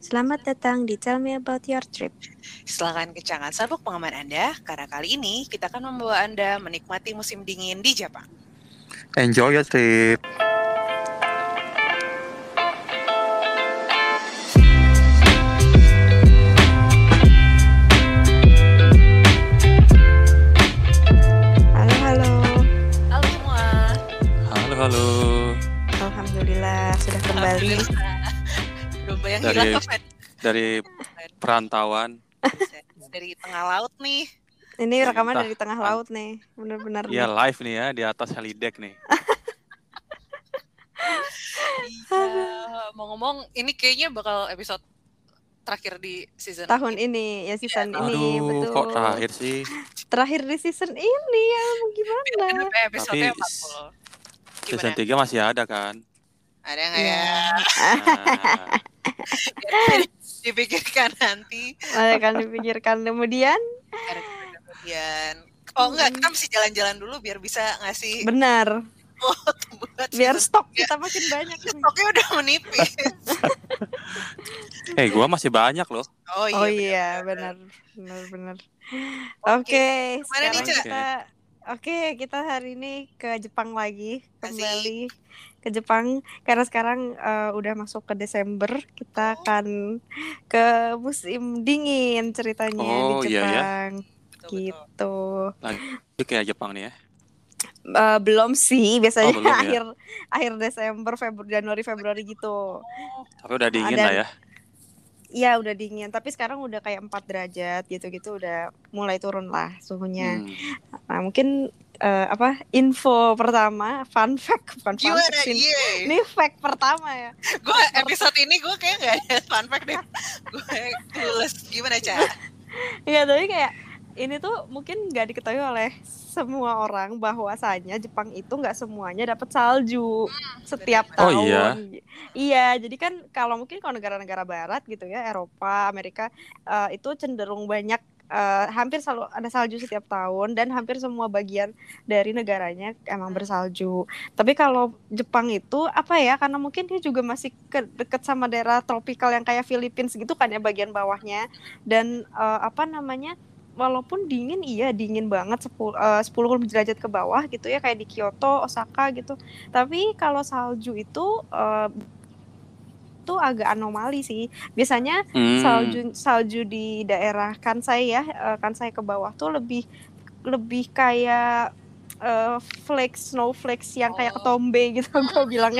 Selamat datang di Tell Me About Your Trip. Silakan kencangkan sabuk pengaman Anda, karena kali ini kita akan membawa Anda menikmati musim dingin di Jepang. Enjoy your trip. Halo. Halo semua. Halo. Alhamdulillah sudah kembali. Domba yang Dari- hilang apa? Dari perantauan. Dari tengah laut nih. Ini rekaman Entah. dari tengah laut nih, benar-benar. Iya, live nih ya di atas helideck nih. Iya, mau ngomong ini kayaknya bakal episode terakhir di season Tahun ini ya season Iya, ini, Aduh, betul. kok terakhir sih? Terakhir di season ini ya, mau gimana? Kenapa episode Tapi 40? Season Gimana? 3 masih ada kan? Ada nggak ya? Iya. Nah, Dipikirkan nanti. Akan dipikirkan kemudian. Kemudian, oh enggak, kita mesti jalan-jalan dulu biar bisa ngasih Benar. buat Biar season stok 3. kita makin banyak. Stoknya udah menipis. gua masih banyak loh. Oh iya, benar. Oke, Gimana nih, sekarang Cak? kita hari ini ke Jepang lagi, kembali ke Jepang karena sekarang udah masuk ke Desember, kita akan ke musim dingin ceritanya Oh, di iya, ya. Jepang. Betul. Gitu. Lagi kayak Jepang nih ya. Belum sih, biasanya Oh, belum ya? akhir Desember, Januari, Februari gitu. Tapi udah dingin Dan- lah ya. Iya udah dingin, tapi sekarang udah kayak 4 derajat gitu-gitu, udah mulai turun lah suhunya. Nah mungkin info pertama, fun fact, bukan fun Gimana? fact sih. Iya. Ini fact pertama ya. Gue episode ini gue kayak nggak ada fun fact deh. Gue clueless. Gimana, Cak? Iya, tapi kayak ini tuh mungkin nggak diketahui oleh semua orang bahwasanya Jepang itu nggak semuanya dapat salju setiap Oh, tahun. iya? Iya, jadi kan kalau mungkin kalau negara-negara barat gitu ya, Eropa, Amerika itu cenderung banyak hampir selalu ada salju setiap tahun dan hampir semua bagian dari negaranya emang bersalju. Tapi kalau Jepang itu apa ya? Karena mungkin dia juga masih deket sama daerah tropikal yang kayak Filipina gitu kan ya bagian bawahnya, dan walaupun dingin, iya dingin banget 10 derajat ke bawah gitu ya kayak di Kyoto, Osaka gitu. Tapi kalau salju itu agak anomali sih. Biasanya salju di daerah Kansai ya, Kansai ke bawah tuh lebih kayak snowflakes yang kayak ketombe gitu gue bilangnya.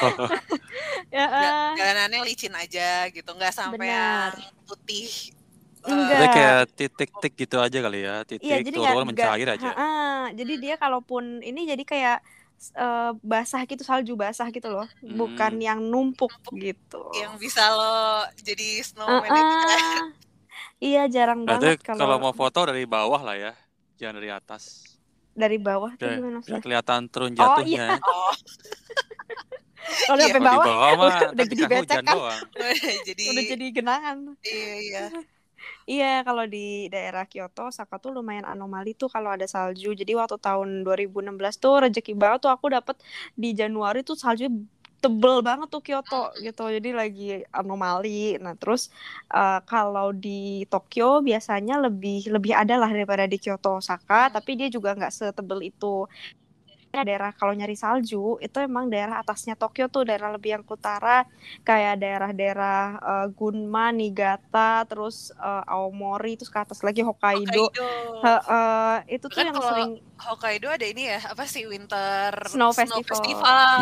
Jalanannya licin aja gitu, nggak sampai Benar. yang putih. Enggak. Dia kayak titik-tik gitu aja kali ya. Titik Iya, jadi turun mencair aja. jadi dia kalaupun ini jadi kayak basah gitu, salju basah gitu loh, bukan yang numpuk gitu. Yang bisa lo jadi snowman gitu. Iya, jarang Berarti banget kalau mau foto dari bawah lah ya, jangan dari atas. dari bawah tuh Biar gimana maksudnya? kelihatan turun Oh, iya. jatuhnya. Kalau sampai Kalau di bawah bawah mah udah nanti jadi hujan becek kan? doang. Udah jadi genangan. Iya. Iya, kalau di daerah Kyoto, Osaka tuh lumayan anomali tuh kalau ada salju. Jadi waktu tahun 2016 tuh rezeki banget tuh aku dapet di Januari tuh salju tebel banget tuh Kyoto gitu. Jadi lagi anomali. Nah, terus kalau di Tokyo biasanya lebih ada lah daripada di Kyoto, Osaka, tapi dia juga nggak setebel itu. Daerah kalau nyari salju itu emang daerah atasnya Tokyo tuh, daerah lebih yang ke utara kayak daerah-daerah Gunma, Niigata, terus Aomori, terus ke atas lagi Hokkaido. Itu tuh kan yang kalau sering Hokkaido ada ini ya, apa sih, winter Snow Festival.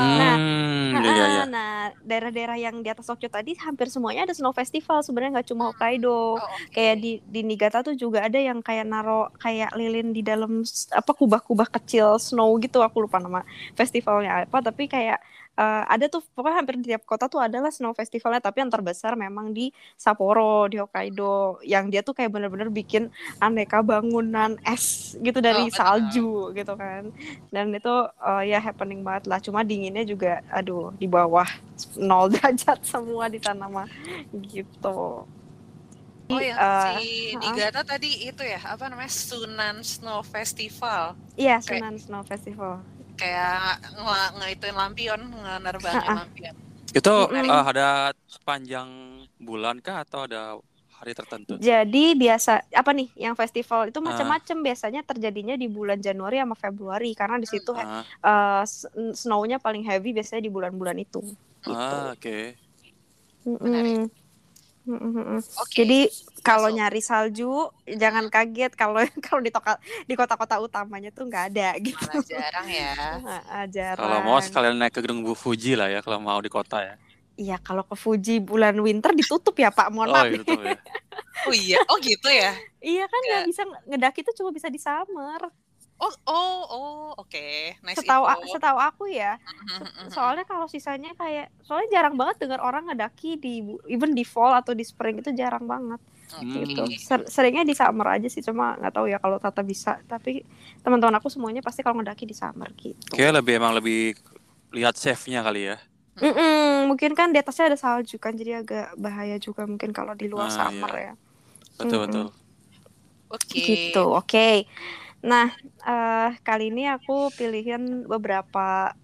Iya. Nah, daerah-daerah yang di atas Tokyo tadi hampir semuanya ada Snow Festival sebenarnya, nggak cuma Hokkaido. Kayak di Niigata tuh juga ada yang kayak naro kayak lilin di dalam kubah-kubah kecil snow gitu, aku lupa nama festivalnya apa, tapi kayak ada tuh pokoknya hampir di tiap kota tuh adalah snow festivalnya, tapi yang terbesar memang di Sapporo di Hokkaido, yang dia tuh kayak bener-bener bikin aneka bangunan es gitu dari salju gitu kan, dan itu ya happening banget lah, cuma dinginnya juga aduh di bawah 0 derajat semua di sana mah gitu. Oh ya, si Niigata tadi itu ya, apa namanya, Sunan Snow Festival. Iya, Sunan Snow Festival. Kayak ngituin lampion, ngenerbangin lampion. Itu Mm-mm. ada sepanjang bulan kah atau ada hari tertentu? Jadi biasa apa nih yang festival itu Ah, macam-macam, biasanya terjadinya di bulan Januari sama Februari karena di situ ah, snow-nya paling heavy biasanya di bulan-bulan itu gitu. oke. Menarik. Mm-mm. Mm-mm. Oke, Jadi kalau masuk. nyari salju jangan kaget kalau kalau di kota-kota utamanya tuh nggak ada gitu. Malah jarang ya. Kalau mau Jarang. sekalian naik ke Gunung Fuji lah ya kalau mau di kota ya. Iya, kalau ke Fuji bulan winter ditutup ya Pak, mohon Oh, maaf itu nih. ya. Oh iya, oh gitu ya. Iya kan nggak Nggak. bisa ngedaki itu cuma bisa di summer. Oke. Nice Setahu info. setahu aku ya. Soalnya kalau sisanya soalnya jarang banget dengar orang ngedaki even di fall atau di spring itu jarang banget gitu. Seringnya di summer aja sih, cuma nggak tahu ya kalau Tata bisa. Tapi teman-teman aku semuanya pasti kalau ngedaki di summer gitu. Kayak emang lebih lihat safe-nya kali ya. Mungkin kan di atasnya ada salju kan, jadi agak bahaya juga mungkin kalau di luar summer Iya. ya. Betul. Oke. Gitu, oke. Nah, kali ini aku pilihin beberapa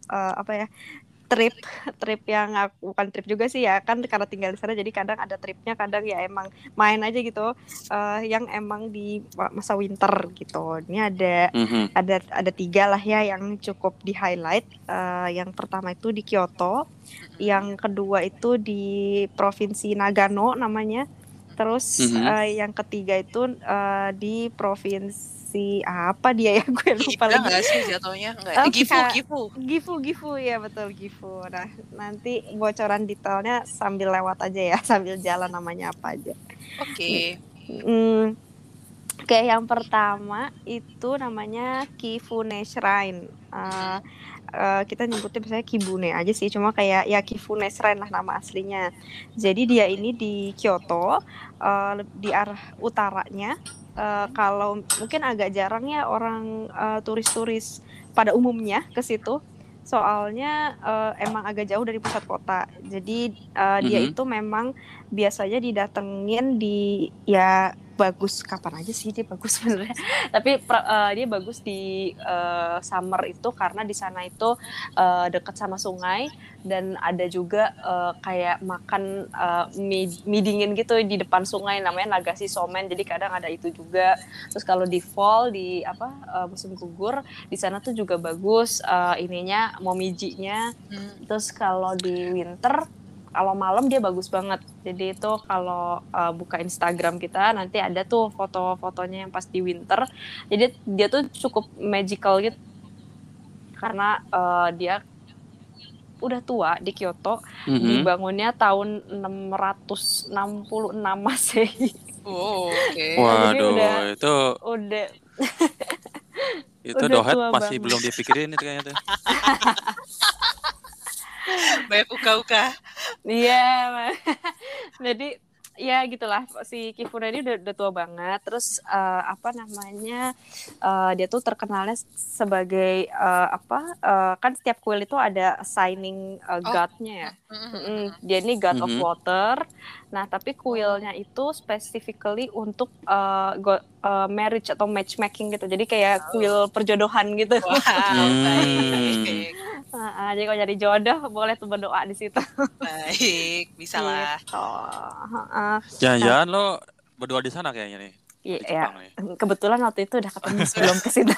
trip yang aku, bukan trip juga sih ya, kan karena tinggal di sana jadi kadang ada tripnya, kadang ya emang main aja gitu, yang emang di masa winter gitu. Ini ada 3 lah ya yang cukup di highlight. Yang pertama itu di Kyoto, yang kedua itu di provinsi Nagano namanya, terus yang ketiga itu di provinsi apa dia ya, gue lupa Ida lagi. nggak sih jatuhnya? Nggak. Gifu Ya, betul, Gifu. Nah, nanti bocoran detailnya sambil lewat aja ya, sambil jalan namanya apa aja. Oke. Oke, yang pertama itu namanya Kifune Shrine. Kita nyebutnya biasanya Kibune aja sih, cuma kayak ya Kifune Shrine lah nama aslinya. Jadi dia ini di Kyoto, di arah utaranya. Kalau mungkin agak jarang ya orang turis-turis pada umumnya ke situ, soalnya emang agak jauh dari pusat kota. Jadi dia itu memang biasanya didatengin di ya bagus kapan aja sih dia bagus sebenarnya. Tapi dia bagus di summer itu karena di sana itu dekat sama sungai, dan ada juga kayak makan mie dingin gitu di depan sungai namanya Nagashi Somen. Jadi kadang ada itu juga. Terus kalau di fall di musim gugur di sana tuh juga bagus ininya momijinya. Terus kalau di winter kalau malam dia bagus banget. Jadi itu kalau buka Instagram kita nanti ada tuh foto-fotonya yang pas di winter. Jadi dia tuh cukup magical gitu karena dia udah tua di Kyoto. Dibangunnya tahun 666 Masehi. Oke. Waduh, itu udah itu udah Dohet tua masih banget. belum dipikirin itu kayaknya tuh. Banyak uka-uka. Iya, jadi ya gitulah, si Kifune ini udah tua banget. Terus dia tuh terkenalnya sebagai kan setiap kuil itu ada assigning god-nya ya. Dia ini god of water. Nah, tapi kuilnya itu specifically untuk marriage atau matchmaking gitu. Jadi kayak kuil perjodohan gitu. Wow, baik. Jadi kalau nyari jodoh boleh tuh berdoa di situ. Baik, bisa lah. Gitu. Jangan-jangan lo berdua di sana kayaknya nih. Di Iya, Jepang nih. kebetulan waktu itu udah ketemu sebelum ke situ.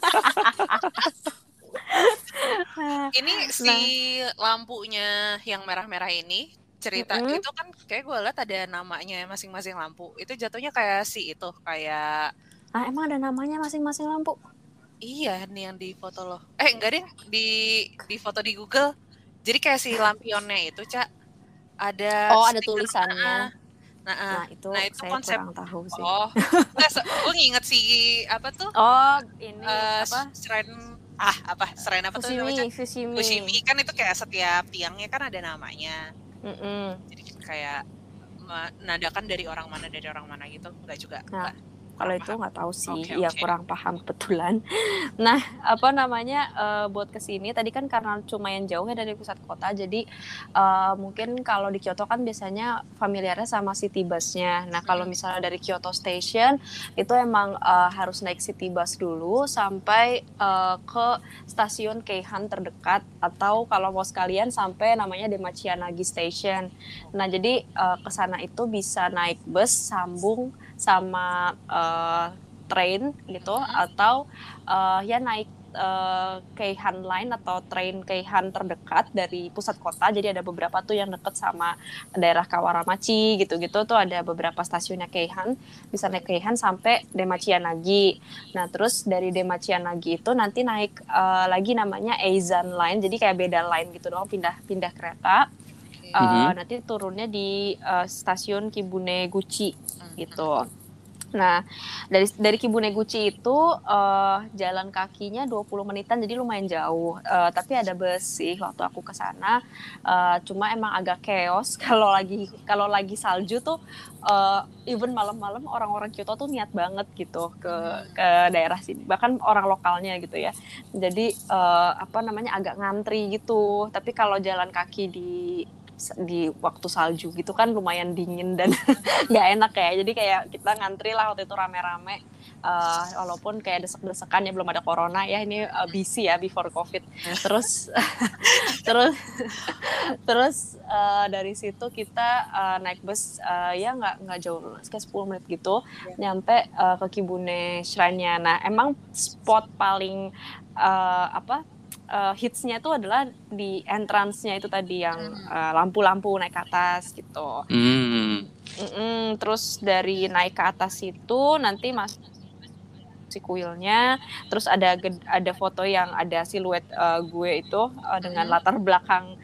Ini si lampunya yang merah-merah ini cerita itu kan kayak gue liat ada namanya masing-masing lampu. Itu jatuhnya kayak itu kayak. Emang ada namanya masing-masing lampu? Iya nih yang di foto lo. Enggak deh, di foto di Google. Jadi kayak si lampionnya itu, Cak. Ada ada tulisannya. Nah, itu saya konsep kurang tahu sih. Gue nginget si apa tuh? Ini shrine shrine apa Fushimi, tuh? Fushimi kan itu kayak setiap tiangnya kan ada namanya. Jadi kayak menandakan dari orang mana gitu, enggak juga. Kalau itu nggak tahu sih, Oke, ya oke. kurang paham kebetulan. Nah, apa namanya, buat kesini tadi kan karena lumayan jauh ya dari pusat kota, jadi mungkin kalau di Kyoto kan biasanya familiarnya sama city bus-nya. Nah, kalau misalnya dari Kyoto Station itu emang harus naik city bus dulu sampai ke stasiun Keihan terdekat, atau kalau mau sekalian sampai namanya Demachiyanagi Station. Nah, jadi ke sana itu bisa naik bus sambung sama train gitu, atau ya naik Keihan Line atau train Keihan terdekat dari pusat kota. Jadi ada beberapa tuh yang deket sama daerah Kawaramachi gitu-gitu tuh, ada beberapa stasiunnya Keihan, bisa naik Keihan sampai Demachiyanagi. Nah, terus dari Demachiyanagi itu nanti naik lagi namanya Eizan Line, jadi kayak beda line gitu doang, pindah kereta. Nanti turunnya di stasiun Kibuneguchi gitu. Nah, dari Kibuneguchi itu jalan kakinya 20 menitan, jadi lumayan jauh. Tapi ada bus sih waktu aku ke sana. Cuma emang agak chaos kalau lagi salju tuh, even malam-malam orang-orang Kyoto tuh niat banget gitu ke daerah sini. Bahkan orang lokalnya gitu ya. Jadi apa namanya, agak ngantri gitu. Tapi kalau jalan kaki di waktu salju gitu kan lumayan dingin dan nggak enak ya, jadi kayak kita ngantri lah waktu itu rame-rame, walaupun kayak desek-desekan ya, belum ada corona ya, ini BC ya, before COVID. Terus terus dari situ kita naik bus ya nggak jauh, kayak 10 menit gitu nyampe ke Kibune Shrine-nya. Nah, emang spot paling hitsnya itu adalah di entrance-nya itu tadi, yang lampu-lampu naik ke atas gitu. Terus dari naik ke atas itu nanti si kuilnya, terus ada foto yang ada siluet gue itu dengan latar belakang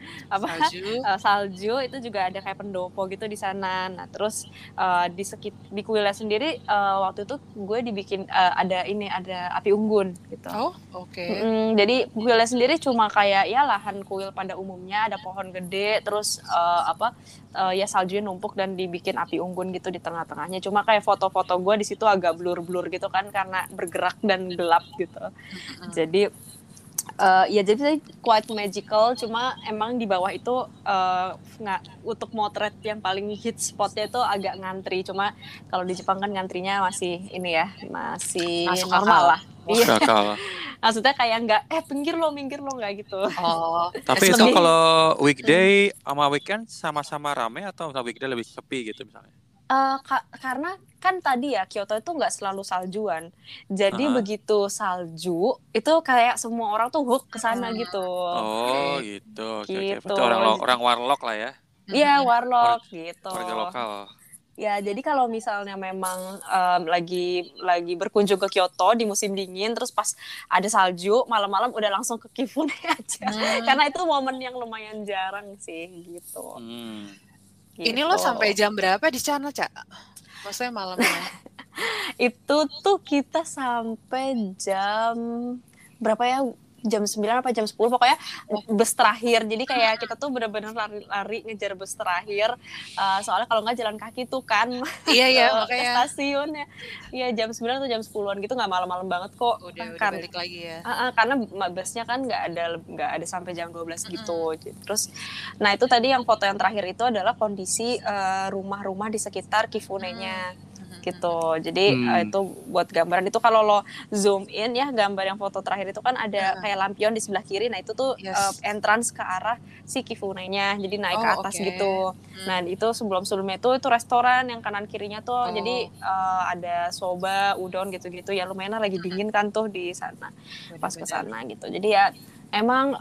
salju, itu juga ada kayak pendopo gitu di sana. Nah, terus di kuilnya sendiri waktu itu gue dibikin ada api unggun gitu. Oh, oke. Jadi kuilnya sendiri cuma kayak ya lahan kuil pada umumnya, ada pohon gede, terus ya saljunya numpuk dan dibikin api unggun gitu di tengah-tengahnya. Cuma kayak foto-foto gue di situ agak blur-blur gitu kan, karena bergerak dan gelap gitu. Jadi ya jadi quite magical. Cuma emang di bawah itu nggak, untuk motret yang paling hit spotnya itu agak ngantri. Cuma kalau di Jepang kan ngantrinya masih ini ya, masih Masuk normal akal. lah. Iya. Akal. Maksudnya kayak nggak minggir lo nggak gitu. Oh, Tapi itu kalau weekday sama weekend sama-sama rame atau weekday lebih sepi gitu misalnya? Karena kan tadi ya Kyoto itu nggak selalu saljuan, jadi begitu salju itu kayak semua orang tuh hook ke sana gitu. Oh gitu. Gitu. Berarti orang warlock lah ya? Iya, warlock gitu. Warga lokal. Ya, jadi kalau misalnya memang lagi berkunjung ke Kyoto di musim dingin, terus pas ada salju, malam-malam udah langsung ke Kifune aja. Karena itu momen yang lumayan jarang sih gitu. Gitu. Ini lo sampai jam berapa di sana, Cak? Maksudnya malamnya? Itu tuh kita sampai jam berapa ya? Jam 9 apa jam 10 pokoknya bus terakhir. Jadi kayak kita tuh benar-benar lari ngejar bus terakhir. Soalnya kalau nggak jalan kaki tuh kan iya, ke stasiunnya. Iya, jam 9 atau jam 10-an gitu, nggak malam-malam banget kok. Udah balik lagi ya. Karena busnya kan nggak ada sampai jam 12 gitu. Terus nah itu tadi yang foto yang terakhir itu adalah kondisi rumah-rumah di sekitar Kifune-nya. Gitu. Jadi itu buat gambaran. Itu kalau lo zoom in ya, gambar yang foto terakhir itu kan ada kayak lampion di sebelah kiri. Nah, itu tuh entrance ke arah si Kifune-nya. Jadi naik ke atas gitu. Nah, itu sebelum-sebelumnya itu restoran yang kanan kirinya tuh. Jadi ada soba, udon gitu-gitu. Ya lumayan lagi dingin kan tuh di sana. Pas ke sana gitu. Jadi ya emang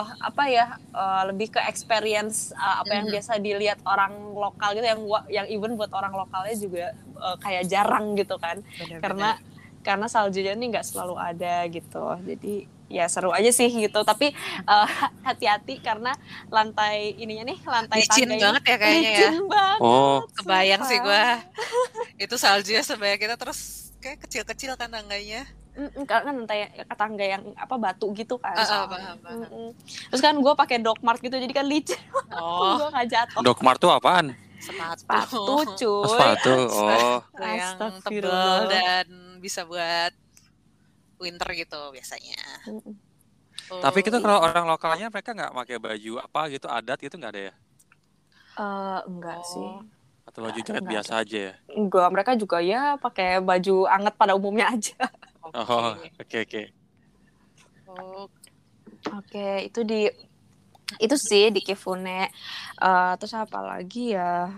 lebih ke experience apa yang biasa dilihat orang lokal gitu, yang even buat orang lokalnya juga kayak jarang gitu kan. Karena saljunya nih nggak selalu ada gitu. Jadi ya seru aja sih gitu. Tapi hati-hati karena lantai licin tangga banget ya kayaknya licin banget. Kebayang sih gue. Itu saljunya sebaya kita terus kayak kecil-kecil kan tangganya. Karena tangga yang batu gitu kan. Terus kan gue pakai Dogmart gitu, jadi kan licin. Gue nggak jatuh. Dogmart tuh apaan? Sepatu cuy. Sepatu, oh. Yang tebal Astagfirullah. dan bisa buat winter gitu biasanya. Tapi gitu kalau orang lokalnya mereka nggak pakai baju apa gitu adat gitu nggak ada ya? Enggak sih. Atau baju jaket Nggak biasa aja ya? Enggak, mereka juga ya pakai baju anget pada umumnya aja. Oh, oke. Oke, itu sih di Kifune. Terus apa lagi ya?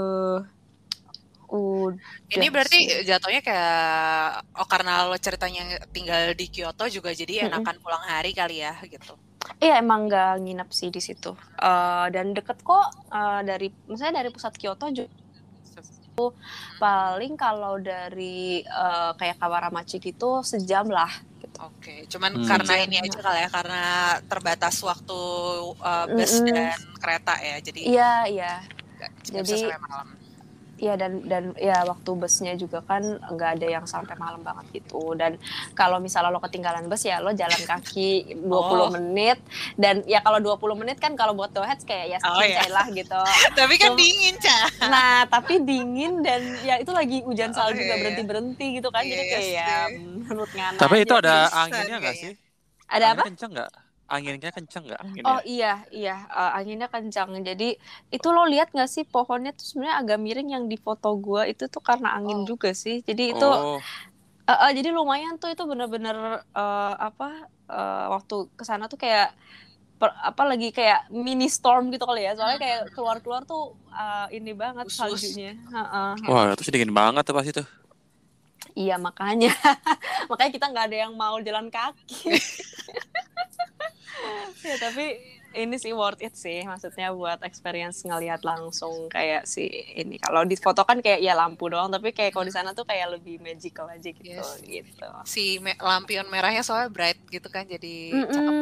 Ini berarti sih. jatuhnya kayak karena lo ceritanya tinggal di Kyoto juga jadi enakan pulang hari kali ya gitu. Iya, emang nggak nginep sih di situ. Dan deket kok misalnya dari pusat Kyoto juga. Paling kalau dari kayak Kawaramachi gitu sejam lah gitu. Oke, cuman karena ini aja kali ya, karena terbatas waktu bus dan kereta ya, jadi iya. Jadi sampai malam. Iya, dan ya waktu busnya juga kan nggak ada yang sampai malam banget gitu. Dan kalau misalnya lo ketinggalan bus ya lo jalan kaki 20 menit. Dan ya kalau 20 menit kan kalau buat doheads kayak ya cincai lah gitu. Tapi kan dingin, Ca. Nah, tapi dingin dan ya itu lagi hujan salju juga berhenti-berhenti gitu kan. Jadi kayak menurut Ngana. Tapi itu ada anginnya nggak sih? Ada apa? Kenceng nggak? Anginnya kenceng nggak? Oh iya, anginnya kencang. Jadi itu lo lihat nggak sih pohonnya tuh sebenarnya agak miring yang di foto gua itu tuh karena angin juga sih. Jadi itu, jadi lumayan tuh itu bener-bener waktu kesana tuh kayak lagi kayak mini storm gitu kali ya. Soalnya kayak keluar tuh ini banget saljunya. Wah, terus dingin banget tuh pas itu. Iya makanya kita nggak ada yang mau jalan kaki. Ya tapi ini sih worth it sih, maksudnya buat experience ngelihat langsung kayak si ini. Kalau di foto kan kayak ya lampu doang, tapi kayak kalau di sana tuh kayak lebih magical aja gitu. Gitu. Si lampion merahnya soalnya bright gitu kan, jadi cakep.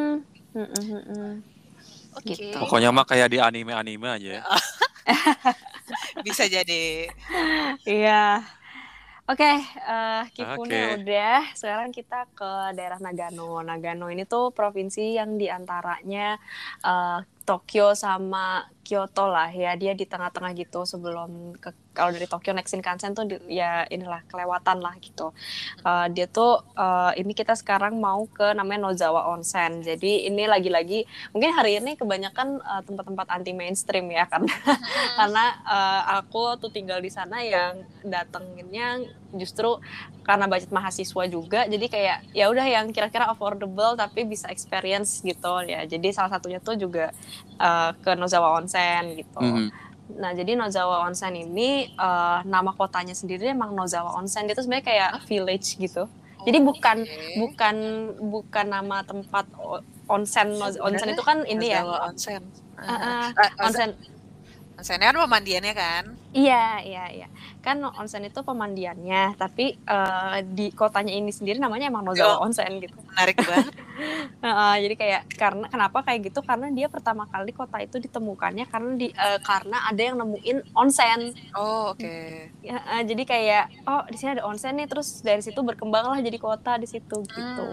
Gitu. Pokoknya mah kayak di anime aja ya. Bisa jadi. Iya. Oke, Kifune udah. Sekarang kita ke daerah Nagano. Nagano ini tuh provinsi yang diantaranya Tokyo sama Kyoto lah ya. Dia di tengah-tengah gitu sebelum kalau dari Tokyo naik Shinkansen tuh ya inilah kelewatan lah gitu. Dia tuh ini kita sekarang mau ke namanya Nozawa Onsen. Jadi ini lagi-lagi mungkin hari ini kebanyakan tempat-tempat anti mainstream ya karena aku tuh tinggal di sana yang datenginnya justru karena budget mahasiswa juga, jadi kayak ya udah yang kira-kira affordable tapi bisa experience gitu ya. Jadi salah satunya tuh juga ke Nozawa Onsen gitu. Nah, jadi Nozawa Onsen ini nama kotanya sendiri emang Nozawa Onsen. Dia tuh sebenarnya kayak village gitu. Jadi bukan nama tempat onsen. Onsen itu kan ini ya. Onsen. Onsennya kan pemandiannya kan? Iya. Kan onsen itu pemandiannya, tapi di kotanya ini sendiri namanya emang Nozawa Onsen gitu. Menarik banget. Jadi kayak kenapa kayak gitu? Karena dia pertama kali kota itu ditemukannya karena ada yang nemuin onsen. Oh, oke. Ya, jadi kayak di sini ada onsen nih, terus dari situ berkembanglah jadi kota di situ gitu.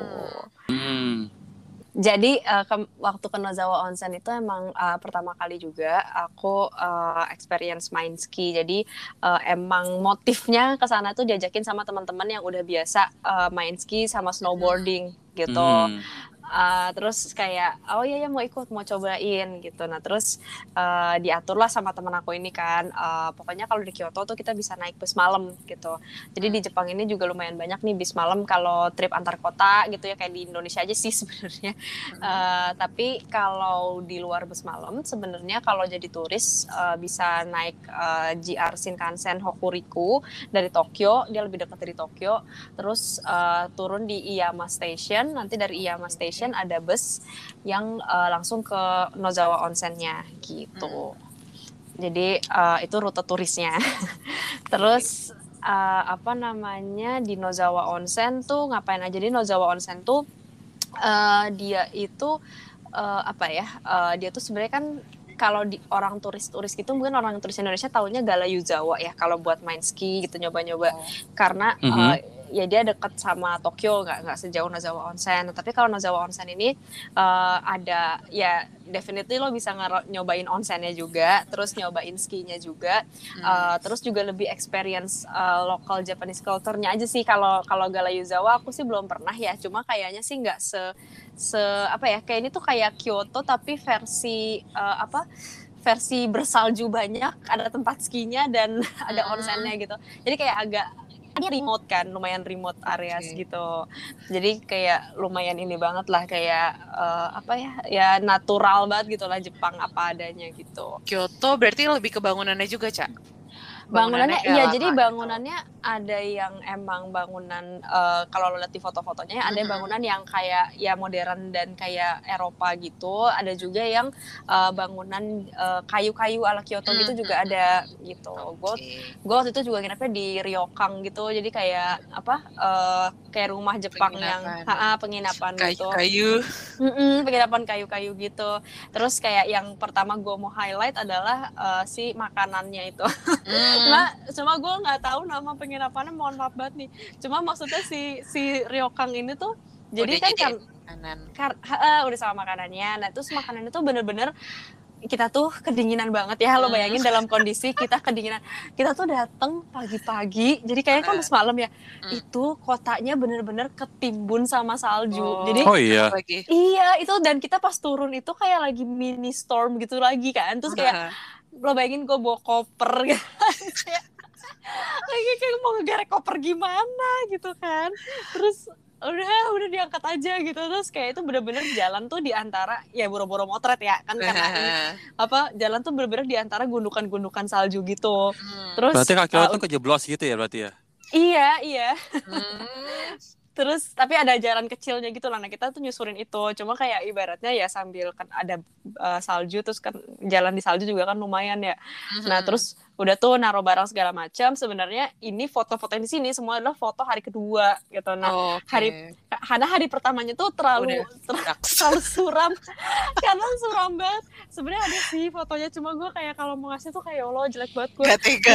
Jadi waktu ke Nozawa Onsen itu emang pertama kali juga aku experience main ski. Jadi emang motifnya ke sana tuh diajakin sama teman-teman yang udah biasa main ski sama snowboarding gitu. Terus kayak mau cobain gitu. Nah terus diaturlah sama teman aku ini kan, pokoknya kalau di Kyoto tuh kita bisa naik bus malam gitu. Jadi di Jepang ini juga lumayan banyak nih bis malam kalau trip antar kota gitu ya, kayak di Indonesia aja sih sebenarnya. Tapi kalau di luar bus malam sebenarnya kalau jadi turis bisa naik JR Shinkansen Hokuriku dari Tokyo, dia lebih dekat dari Tokyo. Terus turun di Iyama Station, nanti dari Iyama Station ada bus yang langsung ke Nozawa Onsennya gitu. Jadi itu rute turisnya. Terus di Nozawa Onsen tuh ngapain aja? Di Nozawa Onsen tuh dia itu dia tuh sebenarnya kan kalau di orang turis gitu, mungkin orang turis Indonesia taunya Gala Yuzawa ya kalau buat main ski gitu, nyoba-nyoba. Karena ya dia deket sama Tokyo, nggak sejauh Nozawa Onsen. Tapi kalau Nozawa Onsen ini ada ya definitely lo bisa nyobain onsennya juga, terus nyobain skinya juga, terus juga lebih experience local Japanese culture-nya aja sih. Kalau Galayuzawa aku sih belum pernah ya, cuma kayaknya sih nggak apa ya, kayak ini tuh kayak Kyoto tapi versi versi bersalju banyak, ada tempat skinya dan ada onsennya gitu. Jadi kayak agak dia remote kan, lumayan remote areas gitu. Jadi kayak lumayan ini banget lah, kayak apa ya natural banget gitu lah, Jepang apa adanya gitu. Kyoto berarti lebih ke bangunannya juga, Cak? Bangunannya iya, jadi bangunannya ada yang emang bangunan kalau lo lihat di foto-fotonya ada bangunan yang kayak ya modern dan kayak Eropa gitu, ada juga yang bangunan kayu-kayu ala Kyoto gitu juga ada gitu. Gue waktu itu juga nginepnya di Ryokan gitu, jadi kayak apa kayak rumah Jepang yang penginapan gitu. Kayu. Penginapan kayu-kayu gitu. Terus kayak yang pertama gue mau highlight adalah si makanannya itu. Cuma gue nggak tahu nama penginapannya, mohon maaf banget nih. Cuma maksudnya si Ryokan ini tuh jadi udah sama makanannya. Nah terus makanannya tuh bener-bener kita tuh kedinginan banget ya, lo bayangin dalam kondisi kita kedinginan, kita tuh datang pagi-pagi, jadi kayaknya kan udah malam ya, itu kotanya bener-bener ketimbun sama salju. Jadi iya itu, dan kita pas turun itu kayak lagi mini storm gitu lagi kan, terus kayak lo bayangin gue bawa koper gitu kayak mau ngegarek koper gimana gitu kan, terus udah diangkat aja gitu. Terus kayak itu bener-bener jalan tuh di antara ya boro-boro motret ya kan, karena jalan tuh bener-bener di antara gundukan-gundukan salju gitu. Terus berarti kaki lo tuh kejeblos gitu ya berarti ya? Iya. Terus tapi ada jalan kecilnya gitu lah. Nah kita tuh nyusurin itu. Cuma kayak ibaratnya ya sambil kan ada salju, terus kan jalan di salju juga kan lumayan ya. Nah terus udah tuh naruh barang segala macam. Sebenarnya ini foto-foto di sini semua adalah foto hari kedua gitu. Nah hari pertamanya tuh terlalu suram karena suram banget. Sebenarnya ada sih fotonya, cuma gue kayak kalau mau ngasih tuh kayak Allah jelek banget gue. Gak tega.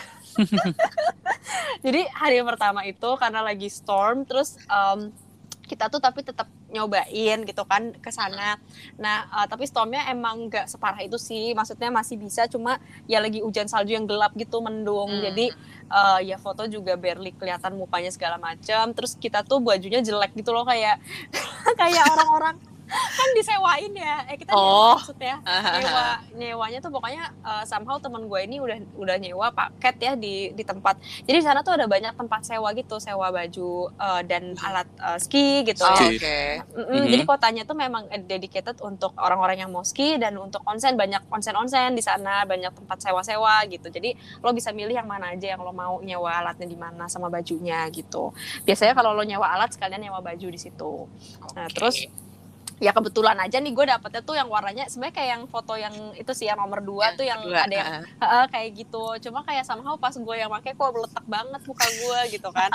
Jadi hari pertama itu karena lagi storm, terus kita tuh tapi tetap nyobain gitu kan ke sana. Nah, tapi stormnya emang nggak separah itu sih. Maksudnya masih bisa, cuma ya lagi hujan salju yang gelap gitu, mendung. Jadi ya foto juga barely kelihatan mukanya segala macam. Terus kita tuh bajunya jelek gitu loh, kayak kayak orang-orang kan disewain ya, kita maksudnya nyewanya tuh pokoknya somehow teman gue ini udah nyewa paket ya di tempat. Jadi di sana tuh ada banyak tempat sewa gitu, sewa baju dan alat ski gitu ya. Jadi kotanya tuh memang dedicated untuk orang-orang yang mau ski dan untuk onsen, banyak onsen di sana, banyak tempat sewa-sewa gitu. Jadi lo bisa milih yang mana aja yang lo mau nyewa alatnya di mana sama bajunya gitu. Biasanya kalau lo nyewa alat sekalian nyewa baju di situ. Nah terus ya kebetulan aja nih gue dapetnya tuh yang warnanya sebenarnya kayak yang foto yang itu sih yang nomor 2 tuh yang ada yang kayak gitu. Cuma kayak somehow pas gue yang pakai kok meletak banget muka gue gitu kan.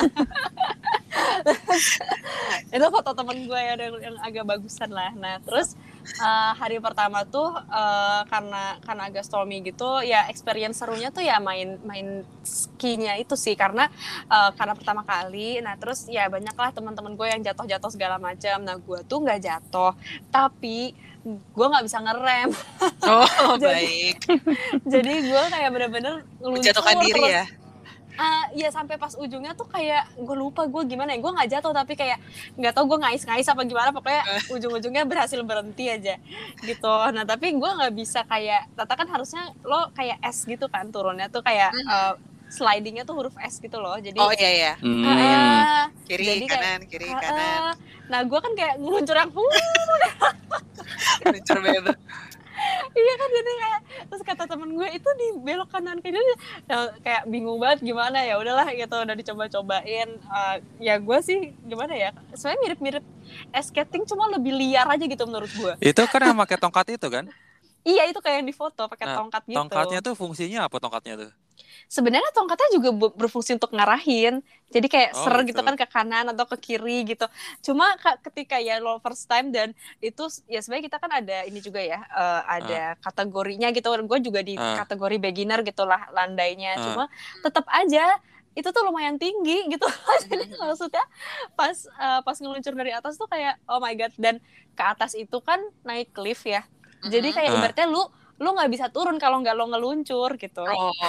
Itu foto temen gue yang agak bagusan lah. Nah terus hari pertama tuh karena agak stormy gitu ya, experience serunya tuh ya main skinya itu sih, karena pertama kali. Nah terus ya banyak lah teman-teman gue yang jatuh segala macam. Nah gue tuh nggak jatuh, tapi gue nggak bisa ngerem. Baik. Jadi gue kayak bener-bener menjatuhkan diri terus, ya. Ya sampai pas ujungnya tuh kayak gue lupa gue gimana ya, gue nggak jatuh tapi kayak nggak tahu gue ngais apa gimana, pokoknya ujung-ujungnya berhasil berhenti aja gitu. Nah tapi gue nggak bisa kayak Tata, kan harusnya lo kayak S gitu kan turunnya tuh kayak slidingnya tuh huruf S gitu loh. Jadi kiri jadi kanan kayak, kiri kanan. Nah gue kan kayak ngeluncur yang luncur bebek. Iya kan, jadi kayak terus kata temen gue itu di belok kanan kayak gitu, kayak bingung banget gimana. Ya udahlah gitu, udah dicoba-cobain. Ya gue sih gimana ya, sebenarnya mirip-mirip skating cuma lebih liar aja gitu menurut gue. Itu kan yang pakai tongkat itu kan? Iya itu kayak yang di foto pakai tongkat gitu. Tongkatnya tuh fungsinya apa tongkatnya tuh? Sebenarnya tongkatnya juga berfungsi untuk ngarahin. Jadi kayak gitu kan ke kanan atau ke kiri gitu. Cuma ketika ya lo first time dan itu ya sebenarnya kita kan ada ini juga ya, ada kategorinya gitu. Gue juga di kategori beginner gitulah landainya. Cuma tetap aja itu tuh lumayan tinggi gitu. Jadi maksudnya pas ngeluncur dari atas tuh kayak oh my god, dan ke atas itu kan naik lift ya. Jadi kayak ibaratnya lu nggak bisa turun kalau nggak lo ngeluncur gitu.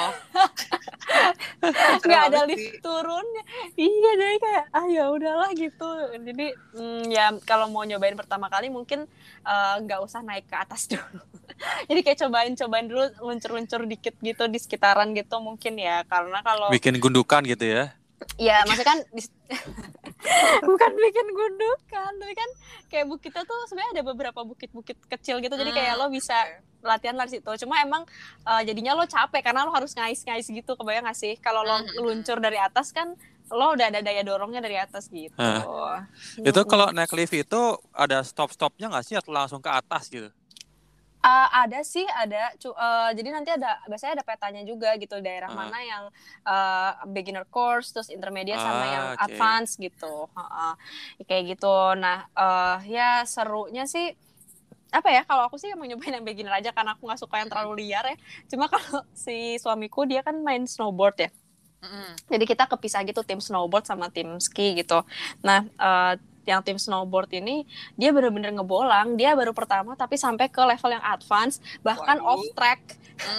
Nggak ada lift turunnya. Iya, jadi kayak ya udahlah gitu. Jadi ya kalau mau nyobain pertama kali mungkin nggak usah naik ke atas dulu. Jadi kayak cobain dulu luncur-luncur dikit gitu di sekitaran gitu mungkin ya, karena kalau bikin gundukan gitu ya. Ya maksudnya kan bukan bikin gundukan, tapi kan kayak bukitnya tuh sebenarnya ada beberapa bukit-bukit kecil gitu, jadi kayak lo bisa latihan lah di situ. Cuma emang jadinya lo capek karena lo harus ngais-ngais gitu, kebayang gak sih? Kalau lo luncur dari atas kan lo udah ada daya dorongnya dari atas gitu. Itu kalau naik lift itu ada stop-stopnya nggak sih atau langsung ke atas gitu? Ada sih, ada. Jadi nanti biasanya ada petanya juga gitu, daerah mana yang beginner course, terus intermediate sama yang advance gitu. Kayak gitu. Nah, ya serunya sih apa ya, kalau aku sih mau nyobain yang beginner aja karena aku nggak suka yang terlalu liar ya. Cuma kalau si suamiku dia kan main snowboard ya. Jadi kita kepisah gitu, tim snowboard sama tim ski gitu. Nah, yang tim snowboard ini dia benar-benar ngebolang, dia baru pertama tapi sampai ke level yang advance, bahkan off track.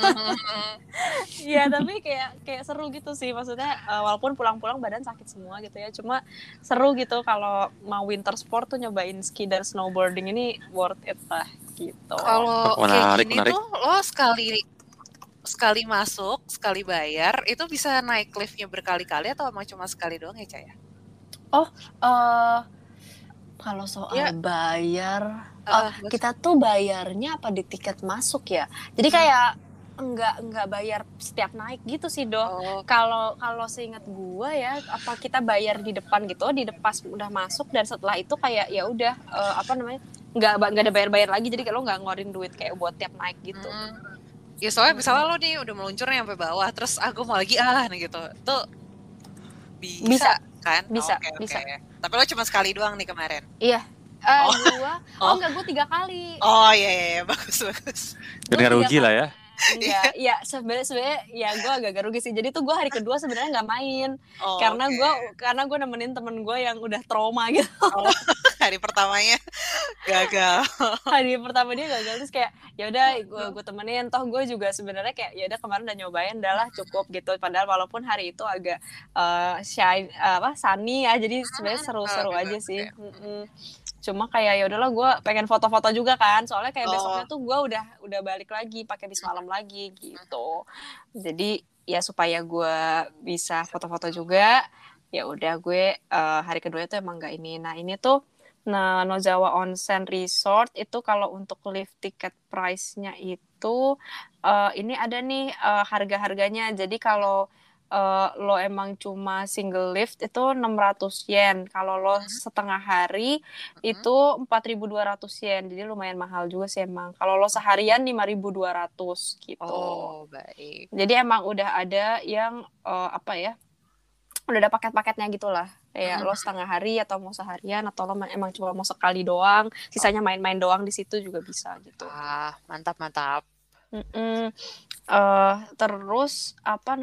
Ya tapi kayak seru gitu sih, maksudnya walaupun pulang-pulang badan sakit semua gitu ya, cuma seru gitu kalau mau winter sport tuh nyobain ski dan snowboarding ini worth it lah gitu. Kalau kayak gini tuh lo sekali masuk, sekali bayar, itu bisa naik liftnya berkali-kali atau emang cuma sekali doang ya, Caya? Kalau soal bayar, kita tuh bayarnya apa di tiket masuk ya? Jadi kayak enggak bayar setiap naik gitu sih, Kalau seingat gue ya, apa kita bayar di depan gitu, di depan udah masuk, dan setelah itu kayak ya udah nggak ada bayar lagi, jadi kalau nggak ngeluarin duit kayak buat tiap naik gitu. Ya soalnya misalnya lo nih udah meluncurnya sampai bawah, terus aku mau lagi nih gitu, tuh bisa kan? Bisa. Tapi lo cuma sekali doang nih kemarin. Iya. Gue 3 kali. Oh iya, bagus. Benar rugi lah ya. Enggak, ya sebenarnya ya gue agak rugi sih. Jadi tuh gue hari kedua sebenarnya nggak main, karena gue nemenin temen gue yang udah trauma gitu. Hari pertamanya gagal. Hari pertama dia gagal, terus kayak ya udah gue temenin, toh gue juga sebenarnya kayak ya udah kemarin udah nyobain, udahlah cukup gitu. Padahal walaupun hari itu agak sunny ya, jadi sebenarnya seru-seru aja sih. Cuma kayak ya udahlah, gue pengen foto-foto juga kan, soalnya kayak besoknya tuh gue udah balik lagi pakai bis malam lagi gitu. Jadi ya supaya gue bisa foto-foto juga, ya udah gue hari kedua itu emang nggak ini. Nah ini tuh Nozawa Onsen Resort itu kalau untuk lift ticket price-nya itu ini ada nih harga-harganya. Jadi kalau lo emang cuma single lift itu 600 yen. Kalau lo setengah hari itu 4.200 yen. Jadi lumayan mahal juga sih emang. Kalau lo seharian 5.200 gitu. Oh, baik. Jadi emang udah ada yang udah ada paket-paketnya gitu lah. Kayak lo setengah hari atau mau seharian, atau lo emang cuma mau sekali doang, sisanya main-main doang di situ juga bisa gitu. Mantap. Terus apa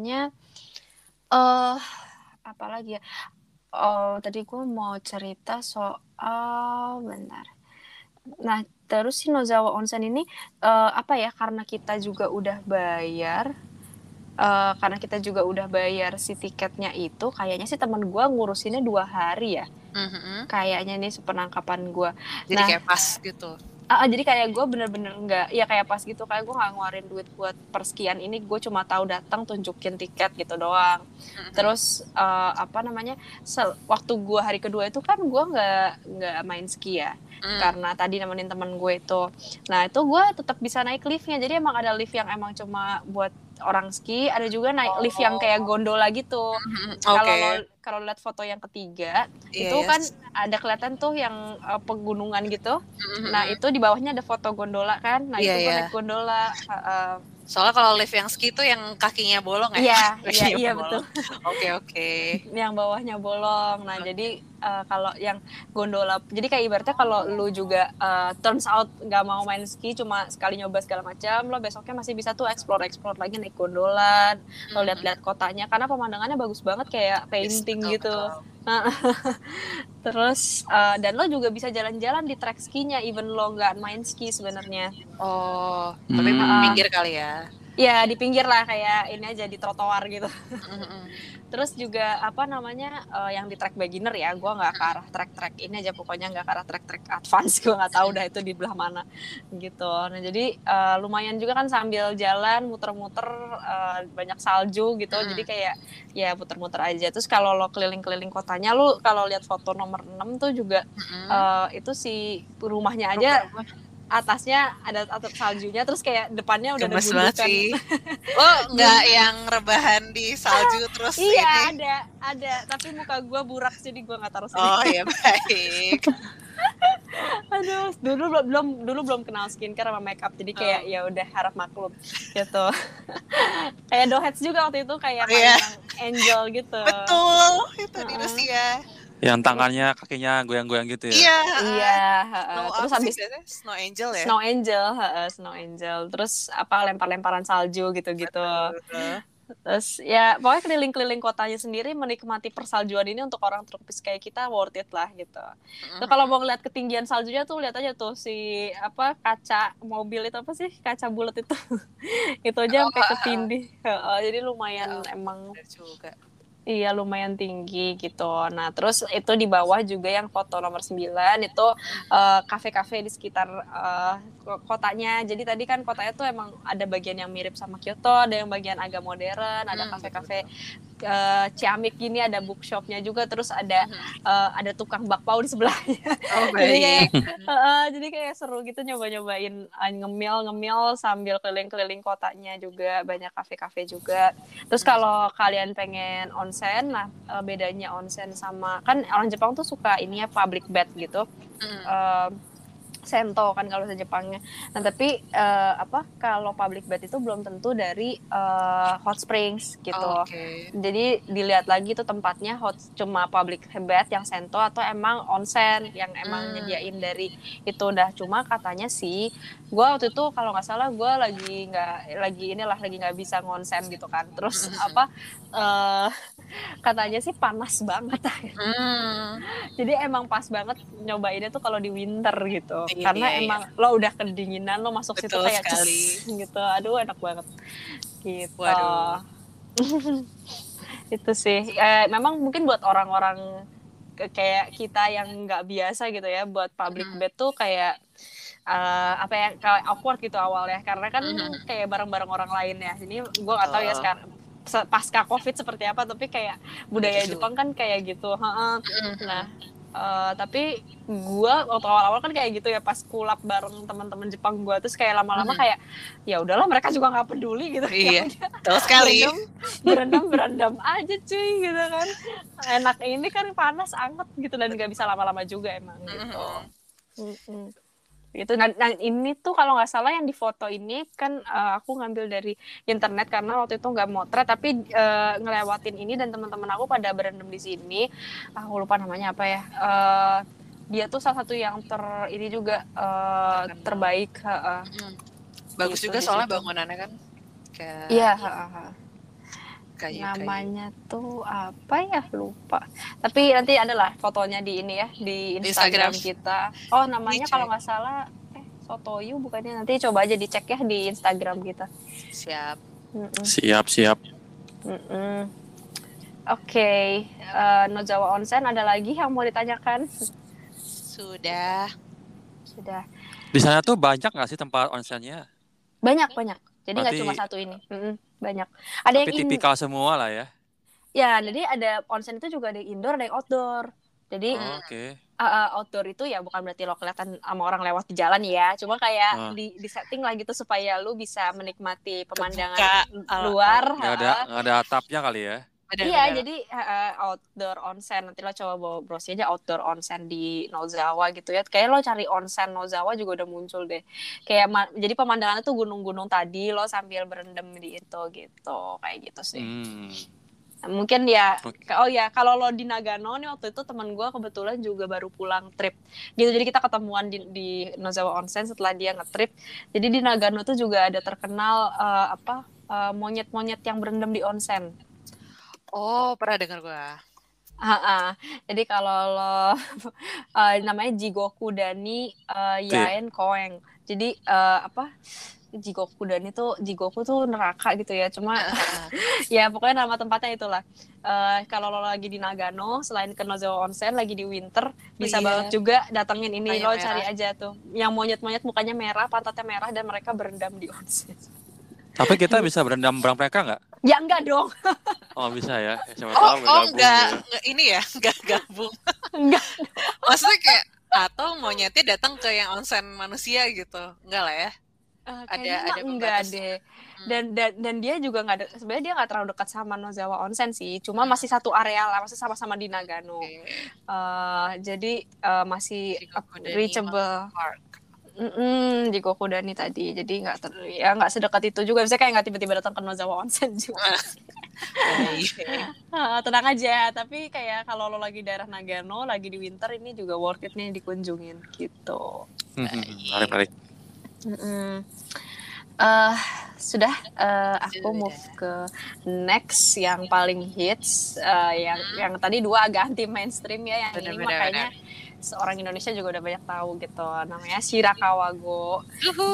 lagi ya? Tadi gue mau cerita soal bentar. Nah, terus si Nozawa Onsen ini karena kita juga udah bayar. Karena kita juga udah bayar si tiketnya itu, kayaknya sih teman gue ngurusinnya 2 hari ya. Kayaknya nih sepenangkapan gue. Jadi kayak pas gitu. Jadi kayak gue bener-bener nggak, ya kayak pas gitu, kayak gue nggak ngeluarin duit buat persekian ini, gue cuma tahu datang tunjukin tiket gitu doang. Terus waktu gue hari kedua itu kan gue nggak main ski ya, karena tadi nemenin temen gue itu. Nah itu gue tetap bisa naik liftnya, jadi emang ada lift yang emang cuma buat orang ski, ada juga naik lift yang kayak gondola gitu. Kalau lihat foto yang ketiga itu kan ada kelihatan tuh yang pegunungan gitu. Nah itu di bawahnya ada foto gondola kan. Nah itu gue naik gondola Soalnya kalau lift yang ski itu yang kakinya bolong ya? Iya, Kakinya iya bolong. betul. Oke. Yang bawahnya bolong. Nah, jadi kalau yang gondola, jadi kayak ibaratnya kalau lu juga turns out nggak mau main ski, cuma sekali nyoba segala macam, lo besoknya masih bisa tuh explore lagi naik gondola, lo lihat-lihat kotanya, karena pemandangannya bagus banget kayak painting Yes, gitu. betul. Terus dan lo juga bisa jalan-jalan di track skinya, even lo nggak main ski sebenarnya. Oh, tapi pinggir kali ya? Ya di pinggir lah, kayak ini aja di trotoar gitu. Mm-mm. Terus juga apa namanya yang di track beginner ya, gue nggak ke arah track ini aja, pokoknya nggak ke arah track advance, gue nggak tahu dah itu di belah mana gitu. Nah jadi lumayan juga kan sambil jalan muter-muter, banyak salju gitu, jadi kayak ya muter-muter aja. Terus kalau lo keliling-keliling kotanya, lo kalau lihat foto nomor 6 tuh juga itu si rumahnya aja atasnya ada atap saljunya, terus kayak depannya udah gemes ada banget gundukan. sih. Oh, nggak yang rebahan di salju terus Iya, ini? ada. Tapi muka gue burak, jadi gue nggak taruh sini. Oh ya baik. Aduh, dulu belum kenal skincare sama makeup, jadi kayak ya udah harap maklum gitu. Kayak Doheads juga waktu itu kayak yang angel gitu. Betul, itu di Rusia. Yang tangannya, kakinya goyang-goyang gitu ya? Iya. Terus habis Snow Angel ya? Snow Angel. Terus apa lempar-lemparan salju gitu-gitu. Terus ya pokoknya keliling-keliling kotanya sendiri, menikmati persaljuan ini untuk orang tropis kayak kita worth it lah gitu. Tuh kalau mau ngeliat ketinggian saljunya tuh lihat aja tuh si apa kaca mobil itu apa sih, kaca bulat itu. Itu aja sampai ketindih. Jadi lumayan emang. Juga. Iya lumayan tinggi gitu. Nah terus itu di bawah juga yang foto nomor 9 itu kafe-kafe di sekitar kotanya. Jadi tadi kan kotanya tuh emang ada bagian yang mirip sama Kyoto, ada yang bagian agak modern, ada kafe-kafe ciamik gini, ada bookshopnya juga, terus ada tukang bakpao di sebelahnya. Oh baik. Jadi kayak seru gitu nyoba-nyobain ngemil sambil keliling-keliling kotanya juga, banyak kafe-kafe juga. Terus kalau kalian pengen onsen, nah bedanya onsen sama, kan orang Jepang tuh suka ini ya public bath gitu. Sento kan kalau bahasa Jepangnya. Nah tapi kalau public bath itu belum tentu dari hot springs gitu. Jadi dilihat lagi tuh tempatnya cuma public bath yang sento atau emang onsen yang emang nyediain dari itu. Udah cuma katanya sih, gue waktu itu kalau nggak salah gue lagi nggak bisa ngonsen gitu kan. Terus katanya sih panas banget. Jadi emang pas banget nyobainnya tuh kalau di winter gitu. Karena emang lo udah kedinginan, lo masuk situ kayak ces gitu. Aduh enak banget gitu. Itu sih memang mungkin buat orang-orang kayak kita yang nggak biasa gitu ya, buat public bath tuh kayak kayak awkward gitu awalnya, karena kan kayak bareng-bareng orang lain ya. Ini gue nggak tahu ya sekarang pasca COVID seperti apa, tapi kayak budaya Jepang kan kayak gitu. Nah tapi gue waktu awal-awal kan kayak gitu ya, pas kulap bareng teman-teman Jepang gue, terus kayak lama-lama kayak ya udahlah, mereka juga nggak peduli gitu. Iya, terus sekali berendam aja cuy gitu kan. Enak ini kan panas anget gitu, dan nggak bisa lama-lama juga emang gitu. Gitu. Nah ini tuh kalau nggak salah yang di foto ini kan aku ngambil dari internet karena waktu itu nggak motret, tapi ngelewatin ini dan teman-teman aku pada berendam di sini. Aku lupa namanya apa ya. Dia tuh salah satu yang ini juga terbaik. Bagus gitu, juga soalnya bangunannya kan. Iya. Namanya tuh apa ya, lupa. Tapi nanti adalah fotonya di ini ya, di Instagram kita. Oh namanya kalau nggak salah Sotoyu bukannya, nanti coba aja dicek ya di Instagram kita. Siap. Siap. Oke, Nozawa Onsen ada lagi yang mau ditanyakan? Sudah. Di sana tuh banyak nggak sih tempat onsennya? Banyak. Jadi nggak cuma satu ini. Banyak. Ada tapi yang tipikal semua lah ya. Ya, jadi ada onsen itu juga ada indoor, ada yang outdoor. Jadi outdoor itu ya bukan berarti lo kelihatan sama orang lewat di jalan ya, cuma kayak di setting lah gitu supaya lo bisa menikmati pemandangan luar. Nggak ada atapnya kali ya? Iya, jadi outdoor onsen. Nanti lo coba bawa browsing aja outdoor onsen di Nozawa gitu ya. Kayak lo cari onsen Nozawa juga udah muncul deh. Kayak jadi pemandangannya tuh gunung-gunung tadi, lo sambil berendam di itu gitu. Kayak gitu sih. Mungkin ya, oh ya kalau lo di Nagano nih waktu itu teman gue kebetulan juga baru pulang trip gitu, jadi kita ketemuan di Nozawa Onsen setelah dia ngetrip. Jadi di Nagano tuh juga ada terkenal monyet-monyet yang berendam di onsen. Oh, pernah dengar gue. Jadi kalau lo namanya Jigoku Dani Yaen Koeng. Jadi Jigoku tuh neraka gitu ya. Cuma ya pokoknya nama tempatnya itulah. Kalau lo lagi di Nagano, selain ke Nozawa Onsen lagi di winter, bisa banget juga datengin ini. Lo cari aja tuh yang monyet-monyet mukanya merah, pantatnya merah, dan mereka berendam di onsen. Tapi kita bisa berendam bareng mereka nggak? Ya enggak dong. Oh bisa ya. Enggak. Ini ya, enggak gabung. Enggak. Maksudnya kayak atau monyetnya datang ke yang onsen manusia gitu. Enggak lah ya. Ada enggak deh. Dan dia juga nggak, sebenarnya dia nggak terlalu dekat sama Nozawa Onsen sih, cuma masih satu area lah, masih sama-sama di Nagano. Jadi masih reachable. Jigoku Dani tadi, jadi nggak sedekat itu juga, bisa kayak nggak tiba-tiba datang ke Nozawa Onsen juga. Tenang aja, tapi kayak kalau lo lagi daerah Nagano, lagi di winter, ini juga worth it nih dikunjungin gitu. Menarik. Sudah, aku move ke next yang paling hits, yang tadi dua agak anti mainstream ya, yang ini makanya seorang Indonesia juga udah banyak tahu gitu, namanya Shirakawa-go.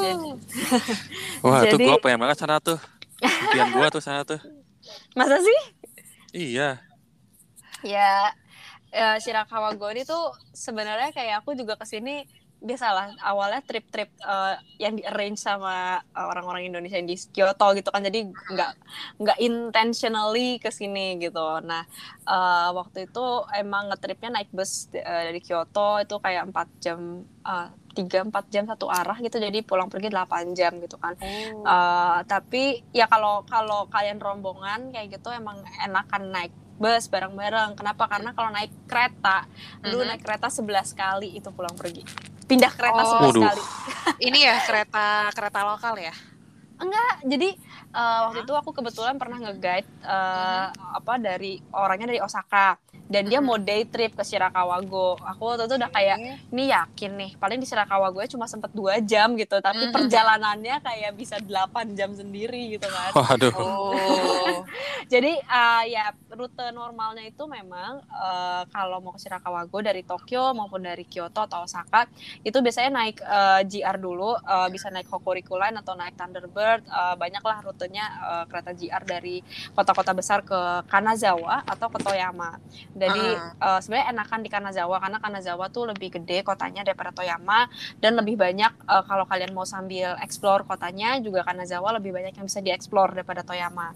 Wah, itu gue pengen banget sana tuh. Impian gue tuh sana tuh. Masa sih? Iya. Ya, Shirakawa-go ini tuh sebenarnya kayak aku juga kesini biasalah, awalnya trip-trip yang di-arrange sama orang-orang Indonesia di Kyoto gitu kan, jadi nggak intentionally kesini gitu. Nah, waktu itu emang ngetripnya naik bus dari Kyoto, itu kayak 4 jam 3-4 jam satu arah gitu, jadi pulang pergi 8 jam gitu kan. Tapi ya kalau kalian rombongan kayak gitu emang enakan naik bus bareng-bareng. Kenapa? Karena kalau naik kereta, lu naik kereta 11 kali itu pulang pergi. Pindah kereta 11 kali. Ini ya kereta lokal ya? Enggak, jadi waktu itu aku kebetulan pernah nge-guide dari orangnya dari Osaka, dan dia mau day trip ke Shirakawa-go. Aku waktu itu udah kayak, ini yakin nih, paling di Shirakawa-go cuma sempet 2 jam gitu, tapi perjalanannya kayak bisa 8 jam sendiri gitu kan. Waduh. Jadi ya rute normalnya itu memang kalau mau ke Shirakawa-go dari Tokyo maupun dari Kyoto atau Osaka, itu biasanya naik JR dulu, bisa naik Hokuriku Line atau naik Thunderbird. Banyaklah rutenya kereta JR dari kota-kota besar ke Kanazawa atau ke Toyama. Jadi sebenarnya enakan di Kanazawa, karena Kanazawa tuh lebih gede kotanya daripada Toyama, dan lebih banyak kalau kalian mau sambil explore kotanya juga, Kanazawa lebih banyak yang bisa dieksplor daripada Toyama.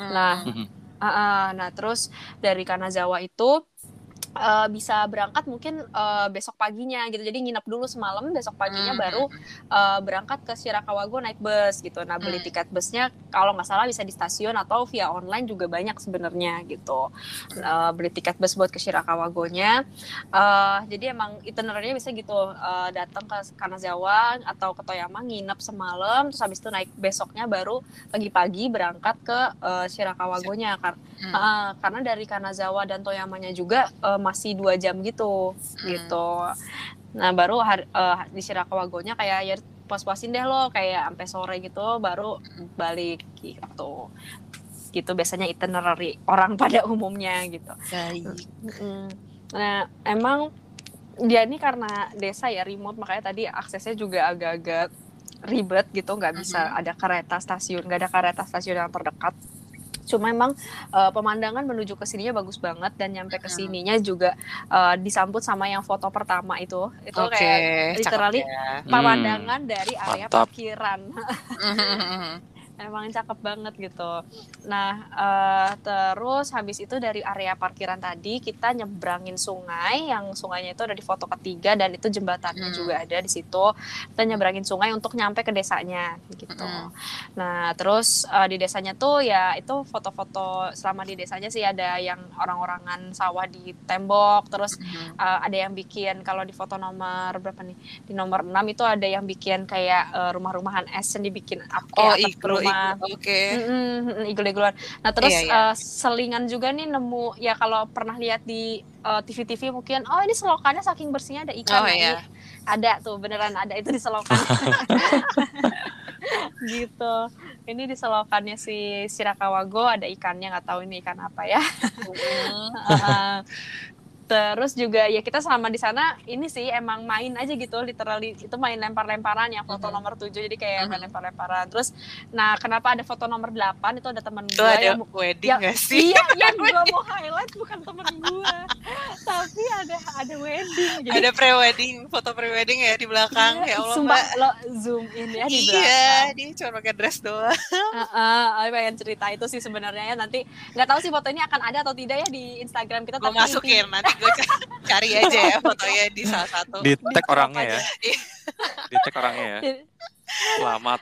Nah terus dari Kanazawa itu bisa berangkat mungkin besok paginya gitu, jadi nginep dulu semalam, besok paginya baru berangkat ke Shirakawa-go naik bus gitu. Nah, beli tiket busnya kalau nggak salah bisa di stasiun atau via online juga banyak sebenarnya gitu. Beli tiket bus buat ke Shirakawa-go-nya. Jadi emang itinerary bisa gitu, datang ke Kanazawa atau ke Toyama, nginep semalam, terus habis itu naik besoknya baru pagi-pagi berangkat ke Shirakawa-go-nya. Karena dari Kanazawa dan Toyamanya juga masih 2 jam gitu. Nah baru di Shirakawa-go-nya kayak ya pos-posin deh lo kayak sampai sore gitu, baru balik gitu. Gitu biasanya itinerary orang pada umumnya gitu. Nah emang dia ini karena desa ya, remote, makanya tadi aksesnya juga agak-agak ribet gitu, nggak bisa ada kereta stasiun yang terdekat. Cuma emang pemandangan menuju ke sininya bagus banget, dan nyampe ke sininya juga disambut sama yang foto pertama itu kayak literally pemandangan dari area parkiran. Emang cakep banget gitu. Nah, terus habis itu dari area parkiran tadi kita nyebrangin sungai, yang sungainya itu ada di foto ketiga dan itu jembatannya juga ada di situ. Kita nyebrangin sungai untuk nyampe ke desanya gitu. Nah, terus di desanya tuh ya itu foto-foto selama di desanya sih ada yang orang-orangan sawah di tembok, terus ada yang bikin kalau di foto nomor berapa nih? Di nomor 6 itu ada yang bikin kayak rumah-rumahan es yang dibikin kayak atap rumah. Oke. Igul-igulan. Nah, terus selingan juga nih nemu ya kalau pernah lihat di TV-TV mungkin ini selokannya saking bersihnya ada ikan. Ada tuh beneran ada itu di selokan. Gitu. Ini di selokannya si Shirakawago ada ikannya, nggak tahu ini ikan apa ya. Terus juga ya kita selama di sana ini sih emang main aja gitu, literally itu main lempar-lemparan yang foto nomor 7 jadi kayak main lempar-lemparan. Terus nah kenapa ada foto nomor 8 itu ada teman gue yang wedding gak sih? Iya, yang gue mau highlight bukan temen gue. Tapi ada wedding. Jadi ada pre-wedding, foto pre-wedding ya di belakang. Ya Allah, sumpah, Mbak. Lo zoom in ya di belakang. Iya, dia cuma pakai dress doang. Aku pengen cerita itu sih sebenarnya ya, nanti nggak tahu sih foto ini akan ada atau tidak ya di Instagram kita. Gue masukin nanti gue cari aja ya fotonya di salah satu. Di tag orangnya ya. Di tag orangnya ya. Selamat.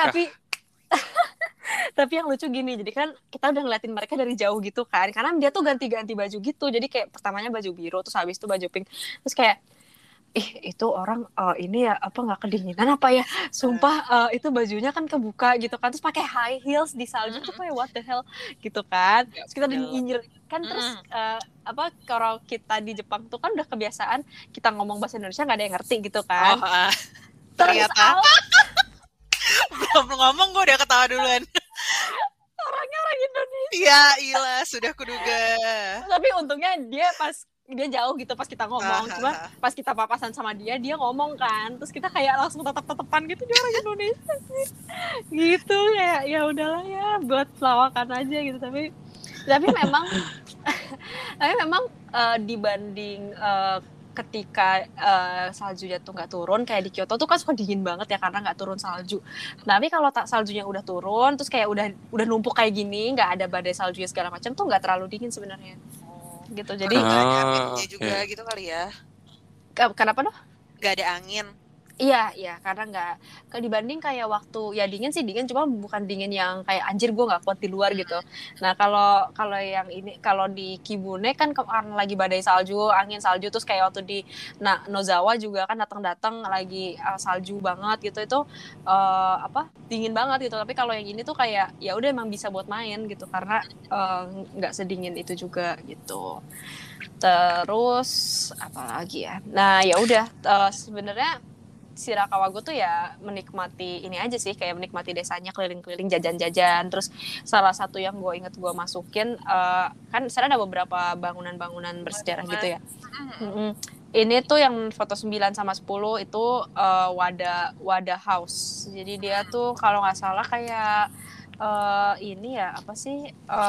Tapi yang lucu gini, jadi kan kita udah ngeliatin mereka dari jauh gitu kan, karena dia tuh ganti-ganti baju gitu, jadi kayak pertamanya baju biru, terus habis itu baju pink, terus kayak itu orang ini ya apa nggak kedinginan apa ya, sumpah itu bajunya kan kebuka gitu kan, terus pakai high heels di salju tuh kayak what the hell gitu kan, terus kita udah nyinyir kan, terus kalau kita di Jepang tuh kan udah kebiasaan kita ngomong bahasa Indonesia nggak ada yang ngerti gitu kan, ternyata belum ngomong gue udah ketawa duluan. Orangnya orang Indonesia. Iya, ilah sudah kuduga. Tapi untungnya dia jauh gitu pas kita ngomong, cuma pas kita papasan sama dia ngomong kan, terus kita kayak langsung tetap-tetapan gitu, dia orang Indonesia sih. Gitu ya udahlah ya buat lawakan aja gitu, tapi memang dibanding ketika saljunya tuh nggak turun kayak di Kyoto tuh kan suka dingin banget ya karena nggak turun salju. Tapi kalau saljunya udah turun terus kayak udah numpuk kayak gini, nggak ada badai saljunya segala macam tuh nggak terlalu dingin sebenarnya. Gitu. Jadi anginnya juga gitu kali ya. Kenapa loh? Nggak ada angin. Iya, karena nggak dibanding kayak waktu ya dingin sih dingin, cuma bukan dingin yang kayak anjir gue nggak kuat di luar gitu. Nah kalau yang ini kalau di Kibune kan lagi badai salju, angin salju, terus kayak waktu di Nozawa juga kan datang lagi salju banget gitu, itu dingin banget gitu. Tapi kalau yang ini tuh kayak ya udah emang bisa buat main gitu karena nggak sedingin itu juga gitu. Terus apa lagi ya? Nah ya udah sebenarnya Shirakawago tuh ya menikmati ini aja sih, kayak menikmati desanya, keliling-keliling jajan-jajan. Terus salah satu yang gue inget gue masukin kan sana ada beberapa bangunan-bangunan bersejarah gitu ya. Ini tuh yang foto 9 sama 10 itu Wada House. Jadi dia tuh kalau nggak salah kayak ini ya apa sih?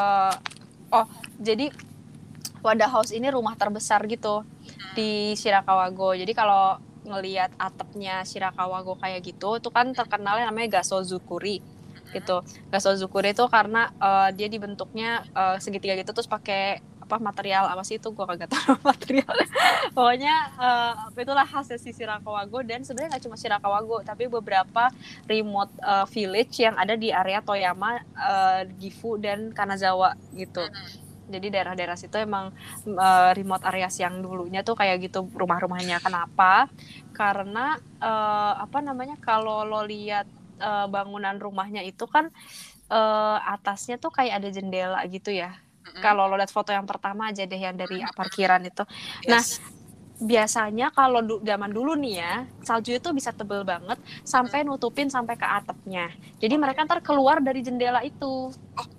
Jadi Wada House ini rumah terbesar gitu di Shirakawago. Jadi kalau ngelihat atapnya Shirakawago kayak gitu, itu kan terkenalnya namanya Gasozukuri gitu. Gasozukuri itu karena dia dibentuknya segitiga gitu, terus pakai material apa sih itu, gue kagak tahu materialnya. Pokoknya itulah khasnya si Shirakawago, dan sebenarnya nggak cuma Shirakawago tapi beberapa remote village yang ada di area Toyama, Gifu dan Kanazawa gitu. Jadi daerah-daerah situ emang remote areas yang dulunya tuh kayak gitu rumah-rumahnya. Kenapa? Karena kalau lo lihat bangunan rumahnya itu kan atasnya tuh kayak ada jendela gitu ya. Kalau lo lihat foto yang pertama aja deh yang dari parkiran itu. Yes. Nah biasanya kalau zaman dulu nih ya, salju itu bisa tebel banget sampai nutupin sampai ke atapnya. Jadi mereka ntar keluar dari jendela itu.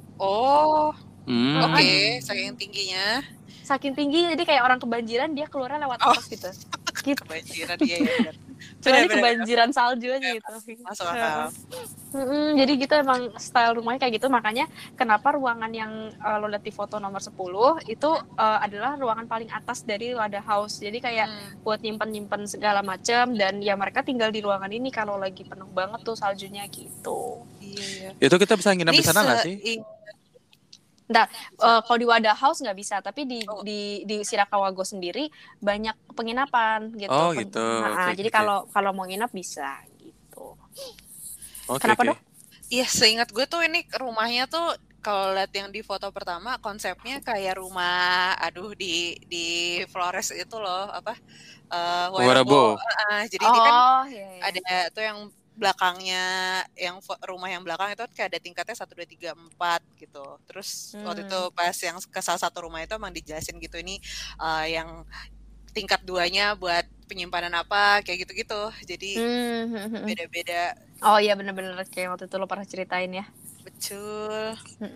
Oke, saking tingginya. Saking tinggi, jadi kayak orang kebanjiran dia keluarnya lewat atas gitu. Kebanjiran dia. Cuma ini kebanjiran salju aja gitu. Masuk akal. Jadi gitu emang style rumahnya kayak gitu. Makanya kenapa ruangan yang lo lihat di foto nomor 10 itu adalah ruangan paling atas dari Wada House. Jadi kayak buat nyimpen segala macam, dan ya mereka tinggal di ruangan ini kalau lagi penuh banget tuh saljunya gitu. Iya. Itu kita bisa nginep Ini di sana nggak sih? Nah, kalau di Wadah House nggak bisa, tapi Oh. di Sirakawago sendiri banyak penginapan gitu. Oh gitu. Oke, Jadi oke. kalau mau nginap bisa gitu. Oke, Kenapa oke. dok? Iya, seingat gue tuh ini rumahnya tuh kalau lihat yang di foto pertama konsepnya kayak rumah di Flores itu loh, apa? Warabo. Wairabo. Jadi dia kan Iya. ada tuh yang belakangnya, yang rumah yang belakang itu kayak ada tingkatnya 1, 2, 3, 4 gitu. Terus waktu itu pas yang ke salah satu rumah itu emang dijelasin gitu, ini yang tingkat 2-nya buat penyimpanan apa kayak gitu-gitu. Jadi beda-beda. Oh iya, bener-bener kayak waktu itu lo pernah ceritain ya. Betul.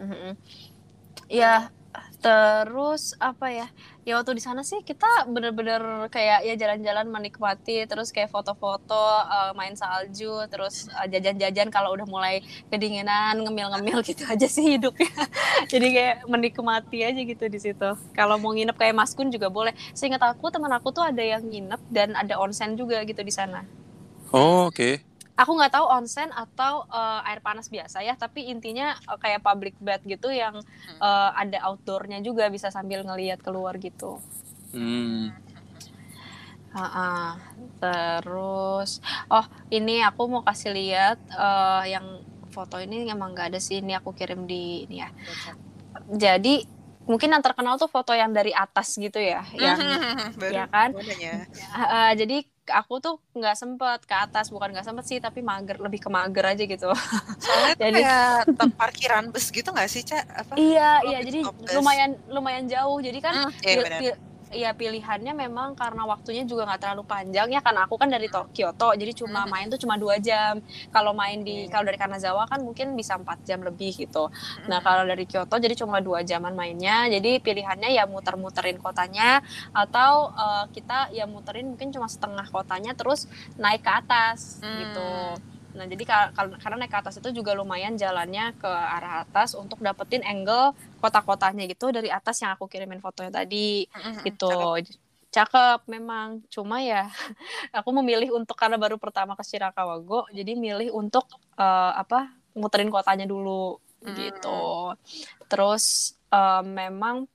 Ya, terus apa ya? Ya waktu di sana sih kita bener-bener kayak ya jalan-jalan menikmati, terus kayak foto-foto, main salju, terus jajan-jajan kalau udah mulai kedinginan, ngemil-ngemil gitu aja sih hidupnya. Jadi kayak menikmati aja gitu di situ. Kalau mau nginep kayak Mas Kun juga boleh. Seingat aku teman aku tuh ada yang nginep dan ada onsen juga gitu di sana. Oh, oke. Aku nggak tahu onsen atau air panas biasa ya, tapi intinya kayak public bath gitu yang ada outdoornya juga, bisa sambil ngelihat keluar gitu. Terus, ini aku mau kasih lihat yang foto ini emang nggak ada sih, ini aku kirim di ini ya. Jadi mungkin yang terkenal tuh foto yang dari atas gitu ya, yang ya kan. Jadi aku tuh nggak sempet ke atas, bukan nggak sempet sih, tapi lebih ke mager aja gitu. Soalnya tuh kayak parkiran bus gitu nggak sih, Ca? Iya, jadi lumayan jauh. Jadi kan pilihannya memang karena waktunya juga nggak terlalu panjang ya, karena aku kan dari Kyoto, jadi main tuh cuma 2 jam. Kalau kalau dari Kanazawa kan mungkin bisa 4 jam lebih gitu. Nah kalau dari Kyoto jadi cuma 2 jaman mainnya, jadi pilihannya ya muter-muterin kotanya, atau kita ya muterin mungkin cuma setengah kotanya terus naik ke atas gitu. Nah jadi karena naik ke atas itu juga lumayan jalannya ke arah atas untuk dapetin angle kota-kotanya gitu dari atas yang aku kirimin fotonya tadi gitu. Cakep memang, cuma ya aku memilih untuk, karena baru pertama ke Shirakawago, jadi milih untuk muterin kotanya dulu gitu. Terus memang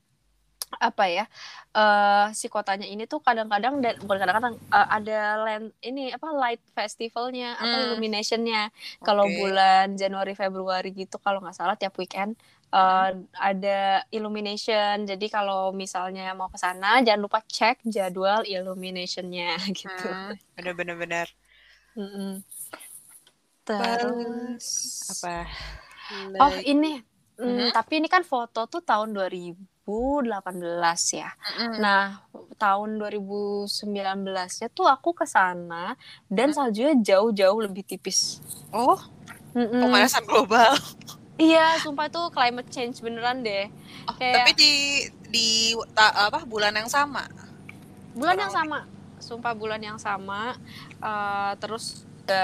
si kotanya ini tuh kadang-kadang ada light festivalnya atau illuminationnya. Kalau bulan Januari Februari gitu kalau nggak salah tiap weekend ada illumination. Jadi kalau misalnya mau ke sana jangan lupa cek jadwal illuminationnya gitu. Benar-benar. Terus apa? Ini tapi ini kan foto tuh tahun 2018 ya. Nah, tahun 2019-nya tuh aku ke sana dan saljunya jauh-jauh lebih tipis. Oh, pemanasan global. Iya, sumpah itu climate change beneran deh. Tapi di bulan yang sama. Sumpah bulan yang sama. Terus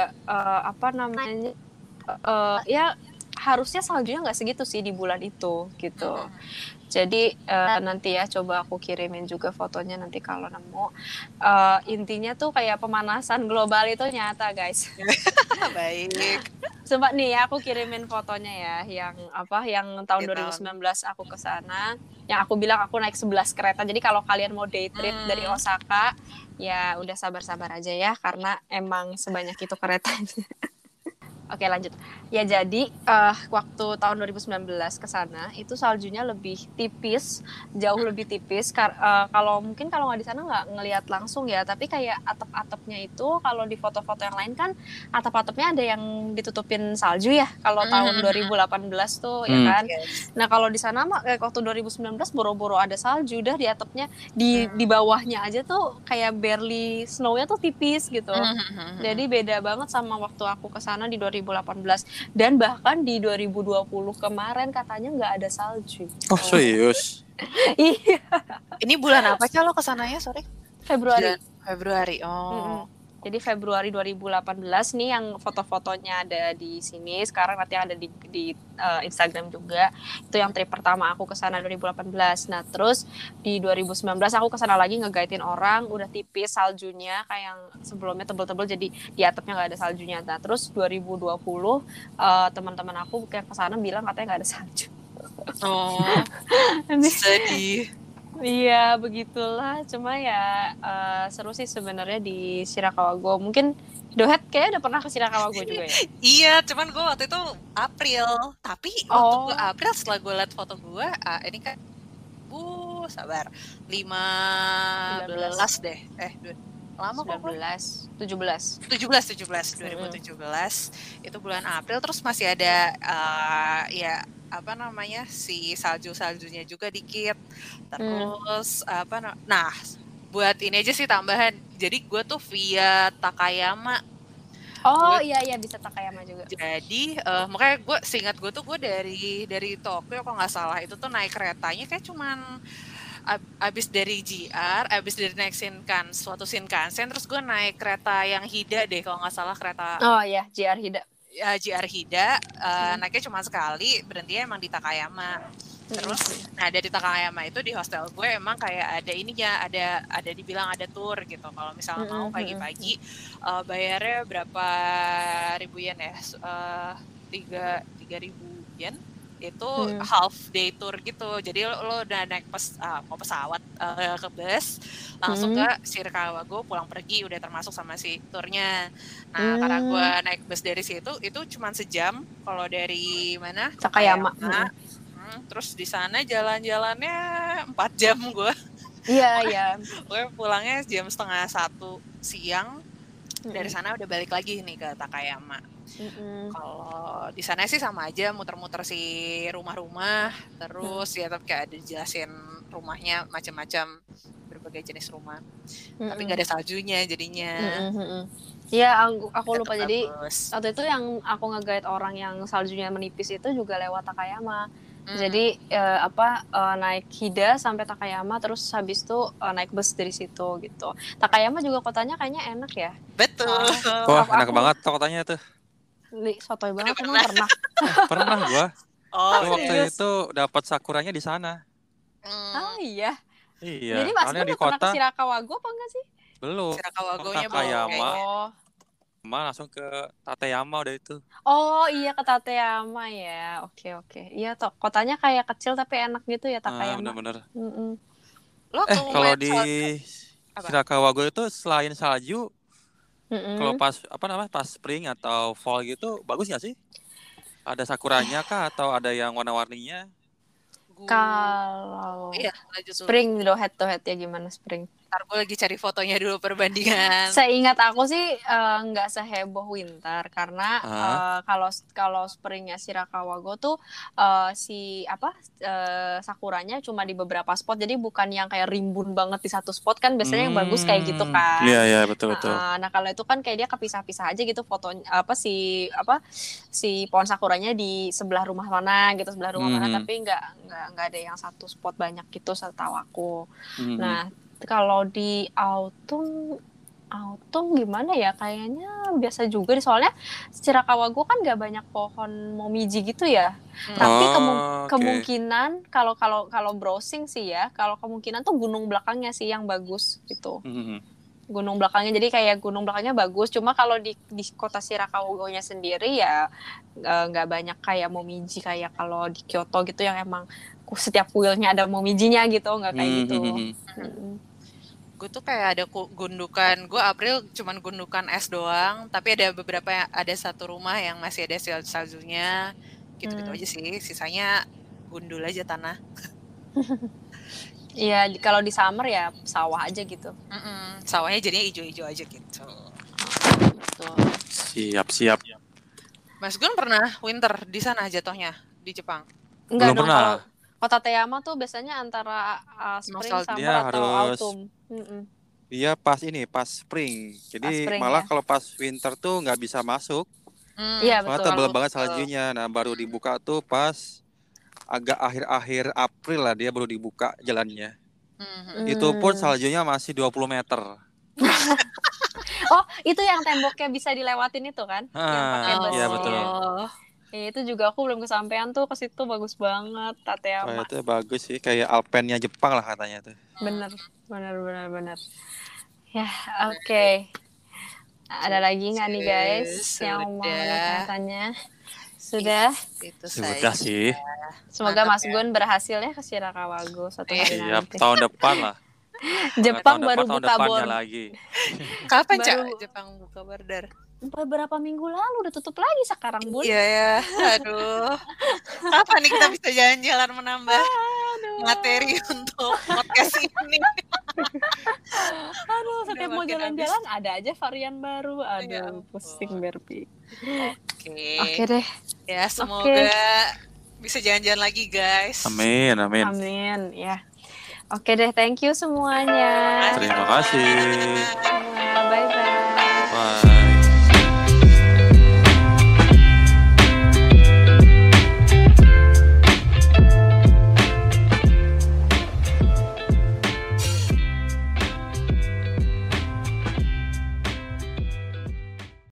ya harusnya saljunya nggak segitu sih di bulan itu gitu. Jadi nanti ya coba aku kirimin juga fotonya nanti kalau nemu. Intinya tuh kayak pemanasan global itu nyata guys. Baik. Sumpah nih ya, aku kirimin fotonya ya, yang tahun 2019 aku ke sana. Yang aku bilang aku naik 11 kereta. Jadi kalau kalian mau day trip dari Osaka, ya udah sabar-sabar aja ya, karena emang sebanyak itu keretanya. Oke, lanjut. Ya jadi waktu tahun 2019 ke sana itu saljunya lebih tipis, jauh lebih tipis. Kalau nggak di sana nggak ngelihat langsung ya, tapi kayak atap-atapnya itu kalau di foto-foto yang lain kan atap-atapnya ada yang ditutupin salju ya. Kalau tahun 2018 tuh ya kan. Nah kalau di sana mah waktu 2019 boro-boro ada salju dah di atapnya, di bawahnya aja tuh kayak barely snow-nya tuh tipis gitu. Jadi beda banget sama waktu aku ke sana di 2018, dan bahkan di 2020 kemarin katanya nggak ada salju. Oh serius? Iya. Ini bulan apa sih lo kesananya, sorry? Februari. Februari. Oh. Jadi Februari 2018 nih yang foto-fotonya ada di sini. Sekarang nanti ada di Instagram juga. Itu yang trip pertama aku ke sana 2018. Nah, terus di 2019 aku ke sana lagi nge-guide-in orang, udah tipis saljunya kayak yang sebelumnya tebel-tebel jadi di atapnya nggak ada saljunya. Nah, terus 2020 teman-teman aku yang ke sana bilang katanya nggak ada salju. Oh, sedih. Iya, begitulah. Cuma ya seru sih sebenarnya di Shirakawa-go. Mungkin Dohet kayaknya udah pernah ke Shirakawa-go juga ya? Iya, cuman gue waktu itu April. Tapi waktu gue April setelah gue liat foto gue, ini kan sabar 15 deh. Lama kok 17 2017 itu bulan April. Terus masih ada ya apa namanya si saljunya juga dikit. Terus nah buat ini aja sih tambahan. Jadi gue tuh via Takayama. Iya bisa Takayama juga. Jadi makanya gue seingat gue tuh gue dari Tokyo kalau nggak salah itu tuh naik keretanya kayak cuman abis dari GR, abis dari naik suatu Shinkansen, terus gue naik kereta yang Hida deh kalau nggak salah kereta. Oh iya, GR Hida. Ya, GR Hida, naiknya cuma sekali, berhentinya emang di Takayama. Terus, nah dari Takayama itu di hostel gue emang kayak ada ininya, ada dibilang ada tour gitu. Kalau misalnya mau pagi-pagi, bayarnya berapa ribu yen ya? 3.000 yen. Itu half day tour gitu. Jadi lo udah naik pesawat ke bus langsung ke Shirakawa-go pulang pergi udah termasuk sama si turnya. Nah, karena gue naik bus dari situ itu cuma sejam kalau dari mana? Takayama. Terus di sana jalan-jalannya 4 jam gue. Iya. Gue pulangnya jam 12:30 siang. Dari sana udah balik lagi nih ke Takayama. Kalau di sana sih sama aja muter-muter si rumah-rumah, terus ya tapi kayak ada dijelasin rumahnya macam-macam berbagai jenis rumah, tapi nggak ada saljunya jadinya. Iya, aku lupa. Jadi waktu itu yang aku nge-guide orang yang saljunya menipis itu juga lewat Takayama. Jadi naik Hida sampai Takayama, terus habis itu naik bus dari situ gitu. Takayama juga kotanya kayaknya enak ya. Betul. Wah, enak banget tuh kotanya tuh. Sotoy banget, emang pernah. Pernah gua. Waktu serius? itu dapat sakuranya di sana. Oh iya. Iya. Jadi Mas Gun di pernah ke kota Shirakawa-go apa enggak sih? belum. Shirakawa-go-nya Takayama. belum. Langsung ke Tateyama udah itu. Oh iya, ke Tateyama ya. Oke. Iya toh, kotanya kayak kecil tapi enak gitu ya Takayama. Bener-bener. Lo kalau di Shirakawa-go itu selain salju, kalau pas pas spring atau fall gitu bagus nggak sih? Ada sakuranya kah atau ada yang warna-warninya? Kalau spring head to head ya gimana spring? Ntar gue lagi cari fotonya dulu perbandingan. Seingat aku sih nggak seheboh winter karena kalau springnya Shirakawa-go tuh sakuranya cuma di beberapa spot, jadi bukan yang kayak rimbun banget di satu spot kan biasanya yang bagus kayak gitu kan. Iya betul. Nah kalau itu kan kayak dia kepisah-pisah aja gitu fotonya si pohon sakuranya di sebelah rumah mana gitu, tapi nggak ada yang satu spot banyak gitu setahu aku. Nah kalau di autumn gimana ya, kayaknya biasa juga soalnya Shirakawa-go kan nggak banyak pohon momiji gitu ya. Tapi kemungkinan kalau browsing sih ya, kalau kemungkinan tuh gunung belakangnya sih yang bagus gitu. Gunung belakangnya, jadi kayak gunung belakangnya bagus. Cuma kalau di kota Shirakawa-go-nya sendiri ya nggak banyak kayak momiji kayak kalau di Kyoto gitu yang emang setiap kuilnya ada momijinya gitu, nggak kayak gitu. Gue tuh kayak ada gundukan, gue April cuman gundukan es doang, tapi ada beberapa ada satu rumah yang masih ada saljunya gitu-gitu aja sih, sisanya gundul aja tanah. Iya, kalau di summer ya sawah aja gitu. Sawahnya jadinya hijau-hijau aja gitu. Siap. Mas Gun pernah winter di sana jatuhnya di Jepang? Enggak dong. Kalau kota Tateyama tuh biasanya antara spring, summer atau autumn. Iya pas spring. Jadi malah kalau pas winter tuh nggak bisa masuk. Iya betul. Tebel banget saljunya. Nah baru dibuka tuh pas agak akhir-akhir April lah dia baru dibuka jalannya. Itu pun saljunya masih 20 meter. Oh, itu yang temboknya bisa dilewatin itu kan? Yang pakai bus. Iya betul. Ya, itu juga aku belum kesampaian tuh, ke situ bagus banget Tateyama. Itu bagus sih, kayak Alpennya Jepang lah katanya tuh. Bener. Ya, oke. Ada lagi nggak nih guys yang mau tanya? Sudah? Itu sudah sih. Semoga Mas Gun berhasil ya ke Shirakawago suatu hari nanti. Tahun depan lah. Jepang baru buka border lagi. Kapan Cak Jepang buka border? Beberapa minggu lalu udah tutup lagi sekarang, Bun. Iya ya, aduh. Kapan nih kita bisa jalan-jalan menambah materi untuk podcast ini? Aduh, setiap mau jalan-jalan ada aja varian baru. Aduh, pusing berpi. Oke deh. Ya, semoga bisa jalan-jalan lagi, guys. Amin. Ya. Oke deh, thank you semuanya. Terima kasih.